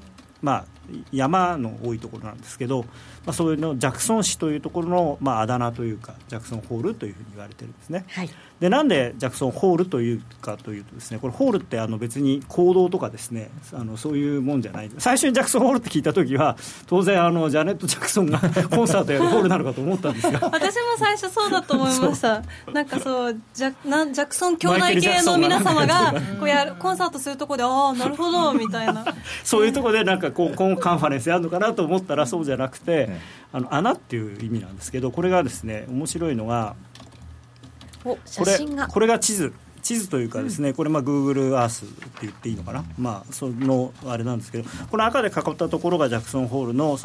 山の多いところなんですけど、そういうのジャクソン市というところの、あだ名というかジャクソンホールというふうに言われてるんですね、はい、でなんでジャクソンホールというかというとですね、これホールって別に行動とかですねそういうもんじゃない。最初にジャクソンホールって聞いた時は当然ジャネット・ジャクソンがコンサートやるホールなのかと思ったんですが私も最初そうだと思いましたなんかそうジャクソン兄弟系の皆様がこうコンサートするところでああなるほどみたいなそういうところでなんかこうカンファレンスやるのかなと思ったらそうじゃなくて、穴っていう意味なんですけど、これがですね面白いのが写真がこれが地図というかですね、これGoogle Earth って言っていいのかな、そのあれなんですけど、この赤で囲ったところがジャクソンホールの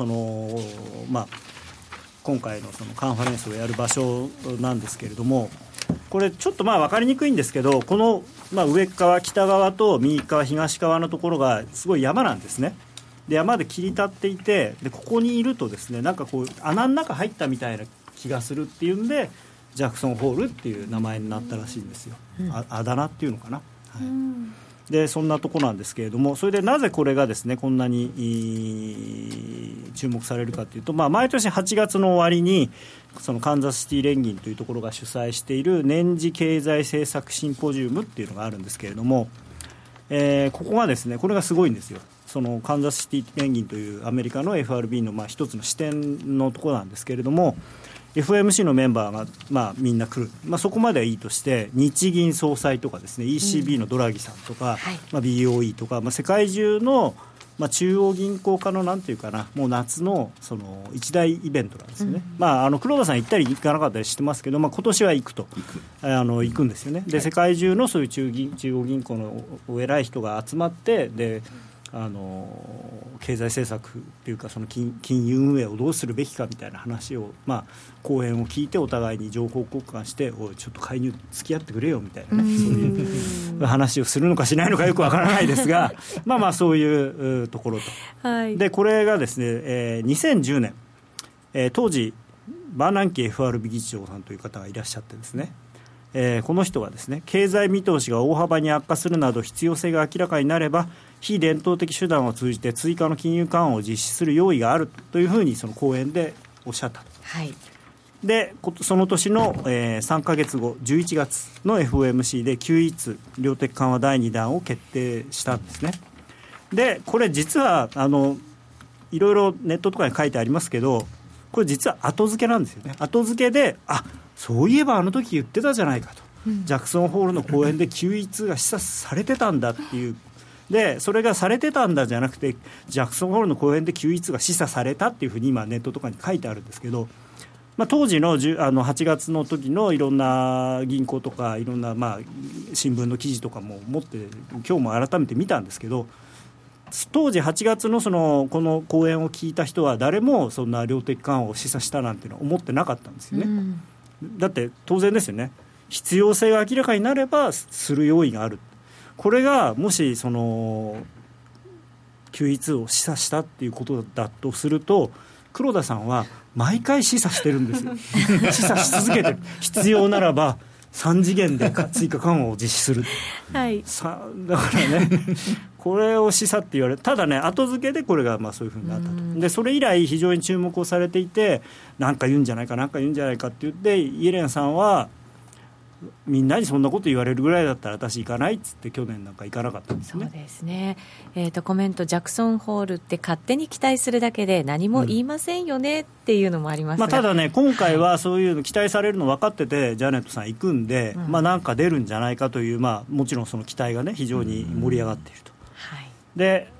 今回のそのカンファレンスをやる場所なんですけれども、これちょっと分かりにくいんですけど、この上側北側と右側東側のところがすごい山なんですね。で山で切り立っていて、でここにいるとですねなんかこう穴の中入ったみたいな気がするっていうんでジャクソンホールっていう名前になったらしいんですよ、あだ名っていうのかな、でそんなとこなんですけれども、それでなぜこれがですねこんなに注目されるかというと、毎年8月の終わりにそのカンザスシティ連銀というところが主催している年次経済政策シンポジウムっていうのがあるんですけれども、ここがですねこれがすごいんですよ。そのカンザスシティ連銀というアメリカの FRB の一つの支店のところなんですけれども、 FOMC のメンバーがみんな来る、そこまではいいとして、日銀総裁とかですね ECB のドラギさんとか、BOE とか、世界中の中央銀行家のなんていうかな、もう夏のその一大イベントなんですよね、黒田さん行ったり行かなかったりしてますけど、今年は行くんですよね。で世界中のそういう中央銀行のお偉い人が集まって、で経済政策というかその金融運営をどうするべきかみたいな話を、講演を聞いてお互いに情報交換して、おいちょっと介入付き合ってくれよみたいなね、そういう話をするのかしないのかよくわからないですがそういうところと、はい、でこれがですね、2010年、当時バーナンキ FRB 議長さんという方がいらっしゃってですね、この人がですね、経済見通しが大幅に悪化するなど必要性が明らかになれば非伝統的手段を通じて追加の金融緩和を実施する用意があるというふうにその講演でおっしゃったと、はい、でその年の、3ヶ月後11月の FOMC で QE2 量的緩和第2弾を決定したんですね。でこれ実はいろいろネットとかに書いてありますけど、これ実は後付けなんですよね。後付けでそういえばあの時言ってたじゃないかと、ジャクソンホールの講演で QE2 が示唆されてたんだっていう、でそれがされてたんだじゃなくてジャクソンホールの講演で QE2 が示唆されたっていうふうに今ネットとかに書いてあるんですけど、当時の8月の時のいろんな銀行とかいろんな新聞の記事とかも持って今日も改めて見たんですけど、当時8月のこの講演を聞いた人は誰もそんな量的緩和を示唆したなんていうのは思ってなかったんですよね、だって当然ですよね。必要性が明らかになればする用意がある。これがもしその QE2 を示唆したっていうことだとすると、黒田さんは毎回示唆してるんですよ示唆し続けてる。必要ならば3次元で追加緩和を実施する、はい、だからねこれを示唆って言われる。ただね後付けでこれがそういうふうになったと。でそれ以来非常に注目をされていて、なんか言うんじゃないかって言ってイエレンさんはみんなにそんなこと言われるぐらいだったら私行かないっつって去年なんか行かなかったんですよね。 そうですね、コメント、ジャクソンホールって勝手に期待するだけで何も言いませんよねっていうのもありますが、 ただね今回はそういうの期待されるの分かっててジャネットさん行くんで、なんか出るんじゃないかという、もちろんその期待がね非常に盛り上がっていると、はい、で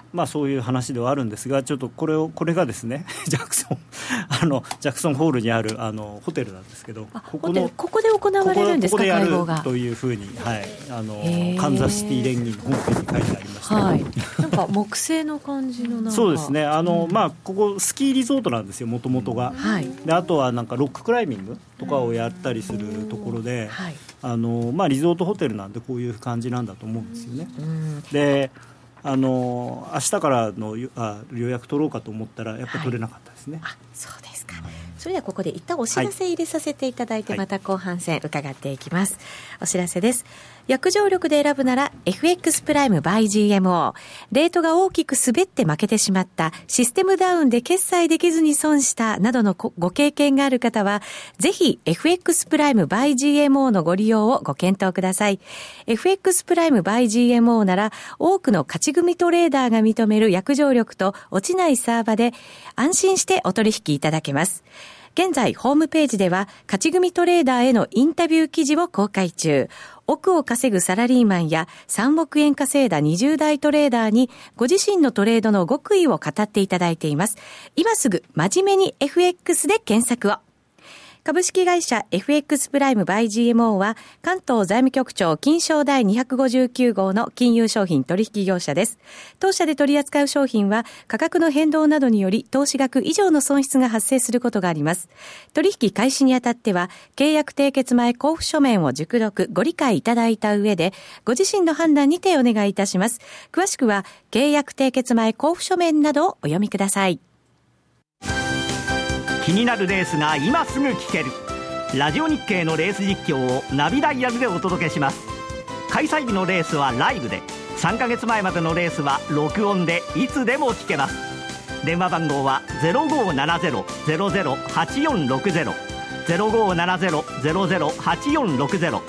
そういう話ではあるんですが、ちょっとこれがですねジャクソンホールにあるホテルなんですけど、ここで行われるんですか、会合が。 ここでやるというふうに、カンザスシティ連銀のホームページに書いてありました、 はい、なんか木製の感じのなんかそうですね、ここスキーリゾートなんですよ、もともとが、はい、であとはなんかロッククライミングとかをやったりするところで、はい、リゾートホテルなんでこういう感じなんだと思うんですよね。で明日からの予約取ろうかと思ったらやっぱり取れなかったですね、 はい、そうですか。それではここで一旦お知らせ入れさせていただいて、また後半戦伺っていきます。お知らせです。約定力で選ぶなら FX プライム by GMO。レートが大きく滑って負けてしまった、システムダウンで決済できずに損したなどのご経験がある方は、ぜひ FX プライム by GMO のご利用をご検討ください。FX プライム by GMO なら多くの勝ち組トレーダーが認める約定力と落ちないサーバで安心してお取引いただけます。現在ホームページでは勝ち組トレーダーへのインタビュー記事を公開中。億を稼ぐサラリーマンや3億円稼いだ20代トレーダーにご自身のトレードの極意を語っていただいています。今すぐ真面目に FX で検索を。株式会社 FX プライム by GMO は関東財務局長金商第259号の金融商品取引業者です。当社で取り扱う商品は価格の変動などにより投資額以上の損失が発生することがあります。取引開始にあたっては契約締結前交付書面を熟読ご理解いただいた上でご自身の判断にてお願いいたします。詳しくは契約締結前交付書面などをお読みください。 気になるレースが今すぐ聞けるラジオ日経のレース実況をナビダイヤルでお届けします。開催日のレースはライブで、3ヶ月前までのレースは録音でいつでも聞けます。電話番号は 0570-008460 0570-008460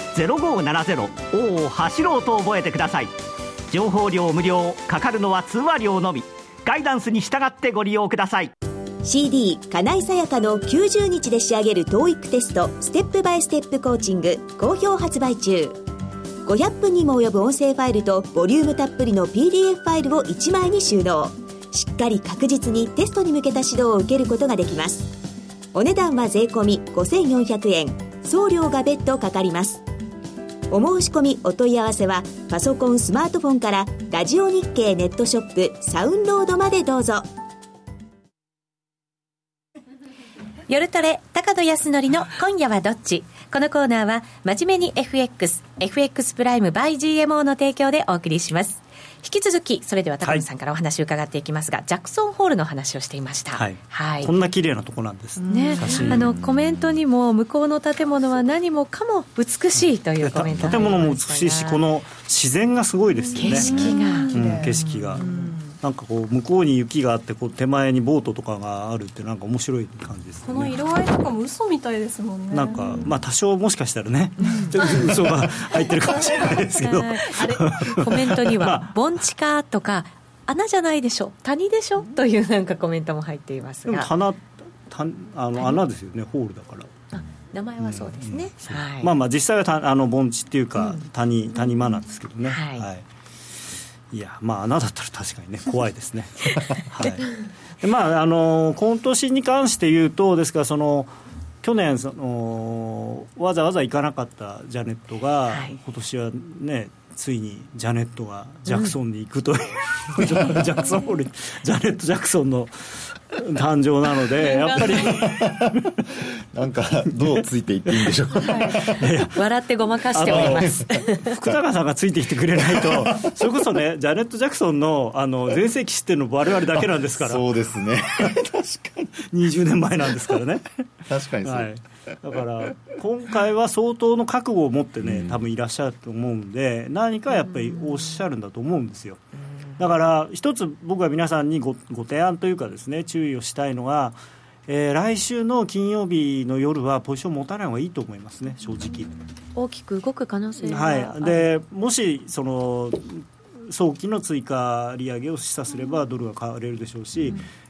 0570 を走ろうと覚えてください。情報料無料、かかるのは通話料のみ。ガイダンスに従ってご利用ください。 CD 金井さやかの90日で仕上げる TOEIC テストステップバイステップコーチング好評発売中。500分にも及ぶ音声ファイルとボリュームたっぷりの PDF ファイルを1枚に収納。しっかり確実にテストに向けた指導を受けることができます。お値段は税込み5400円、送料が別途かかります。お申し込みお問い合わせはパソコンスマートフォンからラジオ日経ネットショップサウンロードまでどうぞ。 夜トレ高野康則の今夜はどっち。このコーナーは真面目に FX プライム by GMO の提供でお送りします。引き続きそれでは高野さんからお話を伺っていきますが、ジャクソンホールの話をしていました。 はいはい、こんな綺麗なとこなんですね。コメントにも向こうの建物は何もかも美しいというコメントがありましたが、 建物も美しいし、この自然がすごいですよね。 景色が、 なんかこう向こうに雪があってこう手前にボートとかがあるってなんか面白い感じですね。 この色合いとかも嘘みたいですもんね。 なんか多少もしかしたらね嘘が入ってるかもしれないですけどあれコメントには盆地かとか穴じゃないでしょ谷でしょというなんかコメントも入っていますが、 でも穴ですよね、ホールだから。 名前はそうですね、 実際は盆地っていうか、谷間なんですけどね。いや穴だったら確かにね怖いですね。はい、で今年に関して言うとですから、去年わざわざ行かなかったジャネットが、今年はねついにジャネットがジャクソンに行くという、ジャクソンホールジャネット・ジャクソンの誕生なのでやっぱりなんかどうついていっていいんでしょうか。 笑ってごまかしております。 福永さんがついてきてくれないとそれこそねジャネット・ジャクソンの全盛期知ってるの我々だけなんですから。 そうですね確かに 20年前なんですからね。 確かにそう、 はい、だから今回は相当の覚悟を持ってね多分いらっしゃると思うんで、何かやっぱりおっしゃるんだと思うんですよ。だから一つ僕は皆さんにご提案というかですね、注意をしたいのが、来週の金曜日の夜はポジション持たない方がいいと思いますね、正直。 大きく動く可能性が、 はい、でもし早期の追加利上げを示唆すればドルが買われるでしょうし、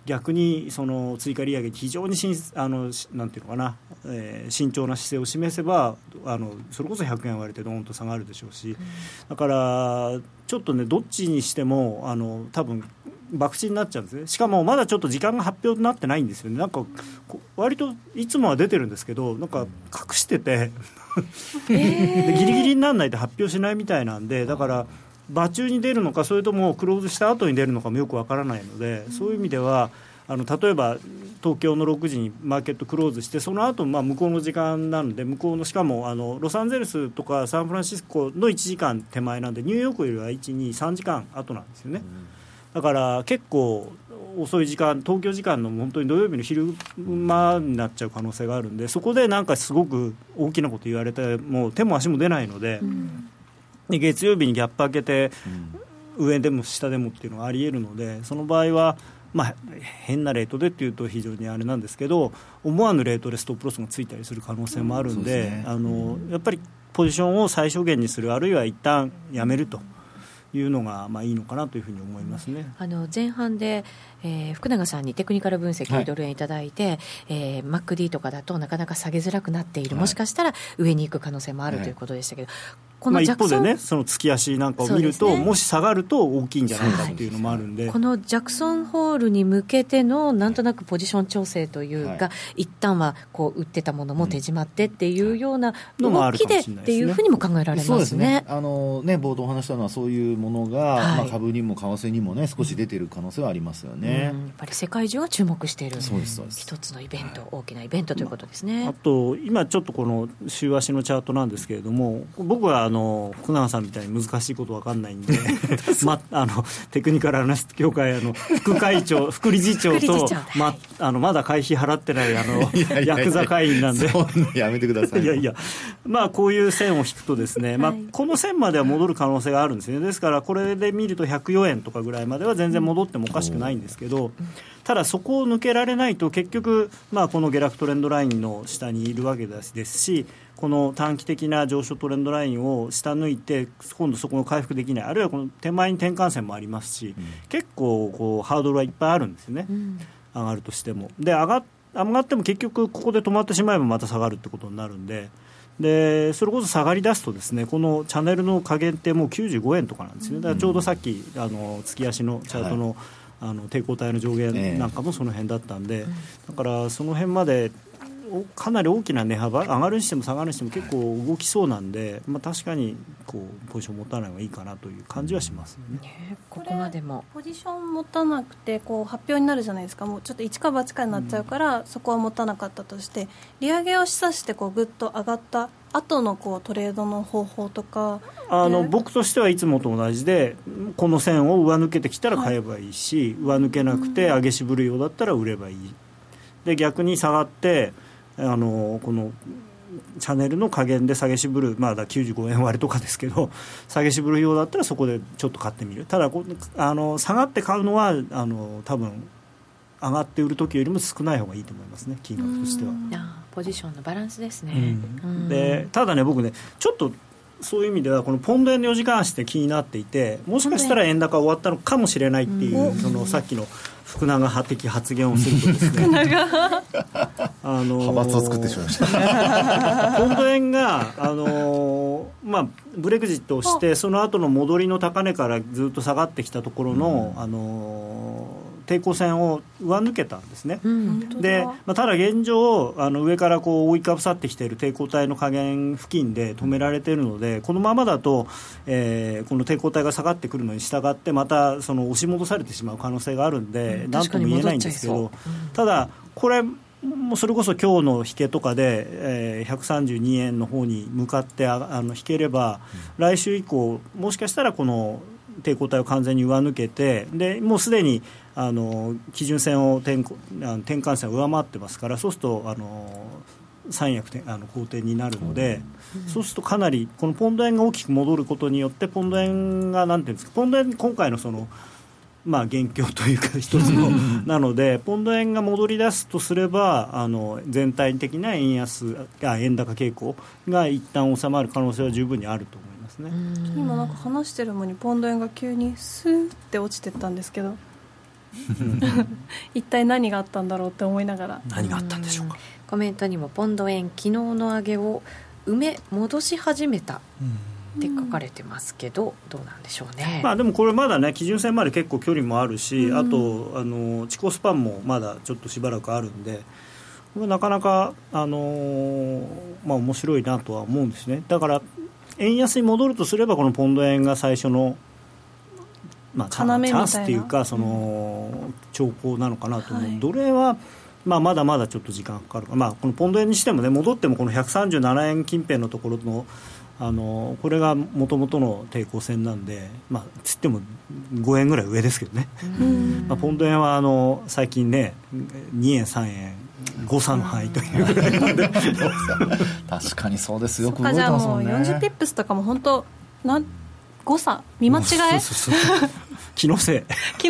逆にその追加利上げに非常になんていうのかな、慎重な姿勢を示せばそれこそ100円割れてドーンと下がるでしょうし、だからちょっとねどっちにしても多分博打になっちゃうんですね。しかもまだちょっと時間が発表になってないんですよね。なんか割といつもは出てるんですけど、なんか隠しててでギリギリにならないと発表しないみたいなんで、だから場中に出るのかそれともクローズした後に出るのかもよくわからないので、そういう意味では例えば東京の6時にマーケットクローズして、その後、向こうの時間なので、向こうのしかもロサンゼルスとかサンフランシスコの1時間手前なんで、ニューヨークよりは1、2、3時間後なんですよね。だから結構遅い時間、東京時間の本当に土曜日の昼間になっちゃう可能性があるんで、そこでなんかすごく大きなこと言われてもう手も足も出ないので、で月曜日にギャップ開けて、上でも下でもっていうのがありえるので、その場合は変なレートでっていうと非常にあれなんですけど、思わぬレートでストップロスがついたりする可能性もあるんで、やっぱりポジションを最小限にする、あるいは一旦やめるというのがいいのかなというふうに思いますね。 前半で、福永さんにテクニカル分析ドル円いただいて、MacD とかだとなかなか下げづらくなっている、もしかしたら上に行く可能性もあるということでしたけど、この一方でね、その月足なんかを見ると、もし下がると大きいんじゃないかっていうのもあるんで、 このジャクソンホールに向けてのなんとなくポジション調整というか、一旦はこう売ってたものも手締まってっていうような動きでっていうふうにも考えられますね。 そうですね。冒頭お話したのはそういうものが、株にも為替にもね少し出ている可能性はありますよね。 やっぱり世界中が注目している一つのイベント、大きなイベントということですね。 あと今ちょっとこの週足のチャートなんですけれども、僕は福永さんみたいに難しいこと分かんないんでテクニカルアナリスト協会副会長副理事長とまだ会費払ってないヤクザ会員なんでそんなやめてください。 いやこういう線を引くとですね、この線までは戻る可能性があるんですよね。ですからこれで見ると104円とかぐらいまでは全然戻ってもおかしくないんですけど、ただそこを抜けられないと結局、この下落トレンドラインの下にいるわけですし、この短期的な上昇トレンドラインを下抜いて今度そこの回復できない、あるいはこの手前に転換線もありますし、結構こうハードルはいっぱいあるんですよね、上がるとしても。で上がっても結局ここで止まってしまえばまた下がるってことになるんで、それこそ下がり出すとですね、このチャンネルの下限ってもう95円とかなんですね。だからちょうどさっき月足のチャートの、抵抗体の上限なんかもその辺だったんで、だからその辺までかなり大きな値幅、上がるにしても下がるにしても結構動きそうなんで、確かにこうポジション持たない方がいいかなという感じはしますよね。 ここまでもポジション持たなくてこう発表になるじゃないですか。もうちょっと一か八かになっちゃうから、そこは持たなかったとして、利上げを示唆してこうぐっと上がった後のこうトレードの方法とか、 僕としてはいつもと同じで、この線を上抜けてきたら買えばいいし、上抜けなくて上げ渋るようだったら売ればいい。で逆に下がってこのチャンネルの下限で下げ渋る、だ95円割れとかですけど、下げ渋るようだったらそこでちょっと買ってみる。ただ下がって買うのは多分上がって売る時よりも少ない方がいいと思いますね、金額としては。 ポジションのバランスですね。 でただね、僕ねちょっとそういう意味ではこのポンド円の4時間足って気になっていて、もしかしたら円高終わったのかもしれないっていう、そのさっきの福永派的発言をするとですね派閥を作ってしまいましたポンド円が、ブレグジットをしてその後の戻りの高値からずっと下がってきたところの、抵抗線を上抜けたんですね、でただ現状上からこう覆いかぶさってきている抵抗体の下限付近で止められているので、このままだと、この抵抗体が下がってくるのに従ってまたその押し戻されてしまう可能性があるんで、何とも言えないんですけど、ただこれもうそれこそ今日の引けとかで、132円の方に向かって引ければ、来週以降もしかしたらこの抵抗体を完全に上抜けて、でもうすでに基準線を転換線を上回ってますから、そうすると三役好転になるので、そうするとかなりこのポンド円が大きく戻ることによって、ポンド円がなんていうんですか、ポンド円今回のその元凶というか一つのなので、ポンド円が戻り出すとすれば全体的な円高傾向が一旦収まる可能性は十分にあると思いますね。 今なんか話してるのにポンド円が急にスーって落ちてったんですけど、 一体何があったんだろうって思いながら。 何があったんでしょうか。 コメントにもポンド円昨日の上げを埋め戻し始めたって書かれてますけど、どうなんでしょうね。 でもこれまだね基準線まで結構距離もあるし、あと地高スパンもまだちょっとしばらくあるんで、これなかなか、面白いなとは思うんですね。だから円安に戻るとすればこのポンド円が最初の、チャンスっていうかその兆候なのかなと思う。ドル円はまだまだちょっと時間かかるか、このポンド円にしてもね戻ってもこの137円近辺のところのこれがもともとの抵抗線なんで、つっても5円ぐらい上ですけどね。ポンド円は最近ね2円3円誤差の範囲というぐらいなんで確かにそうです。よく動いてますもんね。じゃあもう40ピップスとかも本当誤差見間違え気のせい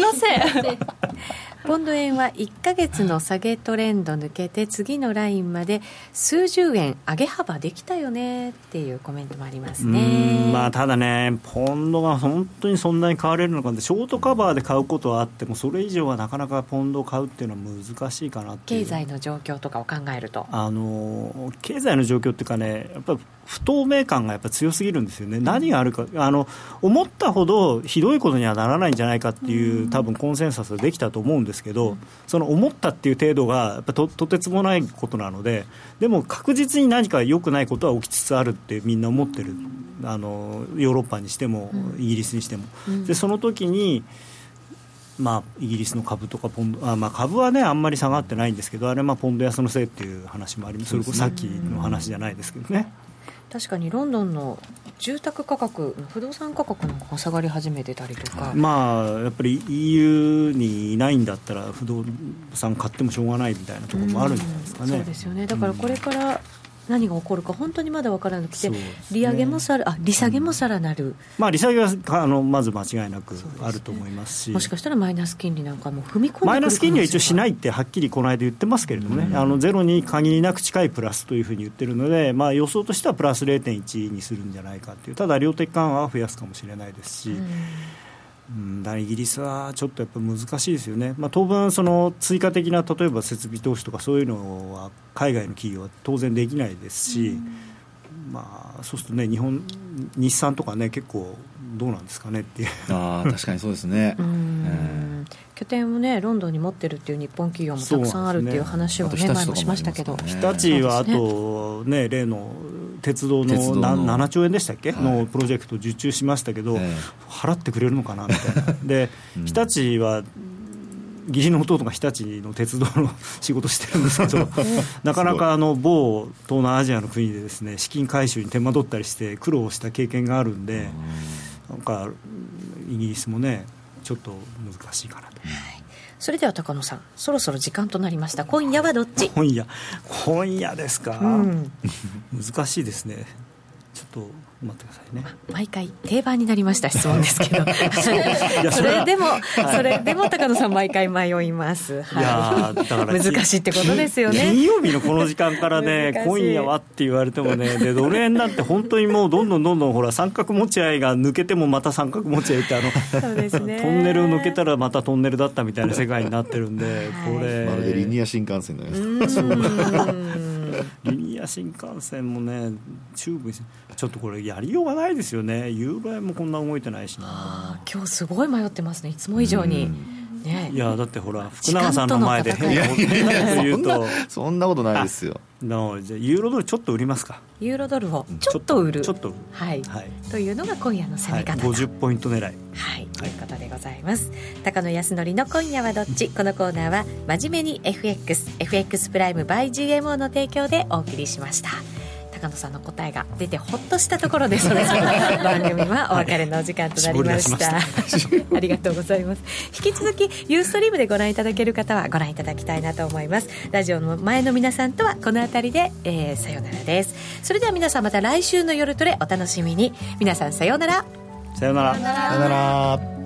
ポンド円は1ヶ月の下げトレンド抜けて次のラインまで数十円上げ幅できたよねっていうコメントもありますね。 ただねポンドが本当にそんなに買われるのかって、ショートカバーで買うことはあってもそれ以上はなかなかポンドを買うっていうのは難しいかなっていう。 経済の状況とかを考えると経済の状況っていうかね、やっぱり不透明感がやっぱ強すぎるんですよね。何があるか思ったほどひどいことにはならないんじゃないかっていう多分コンセンサスができたと思うんですけど、その思ったっていう程度がやっぱ とてつもないことなので、でも確実に何か良くないことは起きつつあるってみんな思ってる。ヨーロッパにしてもイギリスにしても、でその時にイギリスの株とかポンド株はねあんまり下がってないんですけど、あれポンド安のせいっていう話もあります。それこそさっきの話じゃないですけどね。 確かにロンドンの住宅価格不動産価格なんかが下がり始めてたりとか、 やっぱり EU にいないんだったら不動産買ってもしょうがないみたいなところもあるんじゃないですかね。 そうですよね。だからこれから何が起こるか本当にまだ分からなくて、利下げも利下げもさらなる、 利下げはまず間違いなくあると思いますし、 もしかしたらマイナス金利なんかも踏み込んでくるマイナス金利は一応しないってはっきりこの間言ってますけれどもね、ゼロに限りなく近いプラスというふうに言ってるので、予想としてはプラス 0.1 にするんじゃないかっていう。ただ量的緩和は増やすかもしれないですし、イギリスはちょっとやっぱ難しいですよね。当分その追加的な例えば設備投資とかそういうのは海外の企業は当然できないですし、そうするとね日産とかね結構どうなんですかねっていう。 確かにそうですね。 拠点をねロンドンに持ってるっていう日本企業もたくさんあるっていう話を前もしましたけど、 日立はあとね例の鉄道の7兆円でしたっけ、のプロジェクトを受注しましたけど、払ってくれるのかなみたいなで日立は義理の弟が日立の鉄道の仕事してるんですけどなかなか某東南アジアの国でですね資金回収に手間取ったりして苦労した経験があるんで、なんかイギリスもねちょっと難しいかなと。 それでは高野さんそろそろ時間となりました。今夜はどっち？今夜ですか、難しいですね。ちょっと待ってくださいね。 毎回定番になりました質問ですけどそれでも高野さん毎回迷います、 いやだから難しいってことですよね。 金曜日のこの時間からね今夜はって言われてもね、でドル円なんて本当にもうどんどんほら三角持ち合いが抜けてもまた三角持ち合いってそうですね、 トンネルを抜けたらまたトンネルだったみたいな世界になってるんで、これまるでリニア新幹線のようですか。 リニア新幹線もね中部にちょっとこれやりようがないですよね。ユーロ円もこんな動いてないしな。 今日すごい迷ってますねいつも以上に、 いやだってほら福永さんの前で変なこと言うとそんなことないですよ。 じゃあユーロドルちょっと売りますか。 ユーロドルをちょっと売る、 はい、 というのが今夜の攻め方、 50ポイント狙い、 ということでございます。高野康則の今夜はどっち。このコーナーは真面目に FX プライム by GMO の提供でお送りしました。高野さんの答えが出てほっとしたところでそろそろ番組はお別れのお時間となりましたありがとうございます。引き続きユーストリームでご覧いただける方はご覧いただきたいなと思います。ラジオの前の皆さんとはこの辺りで、さようならです。それでは皆さんまた来週の夜トレお楽しみに。皆さんさようなら。 さようなら。 さようなら。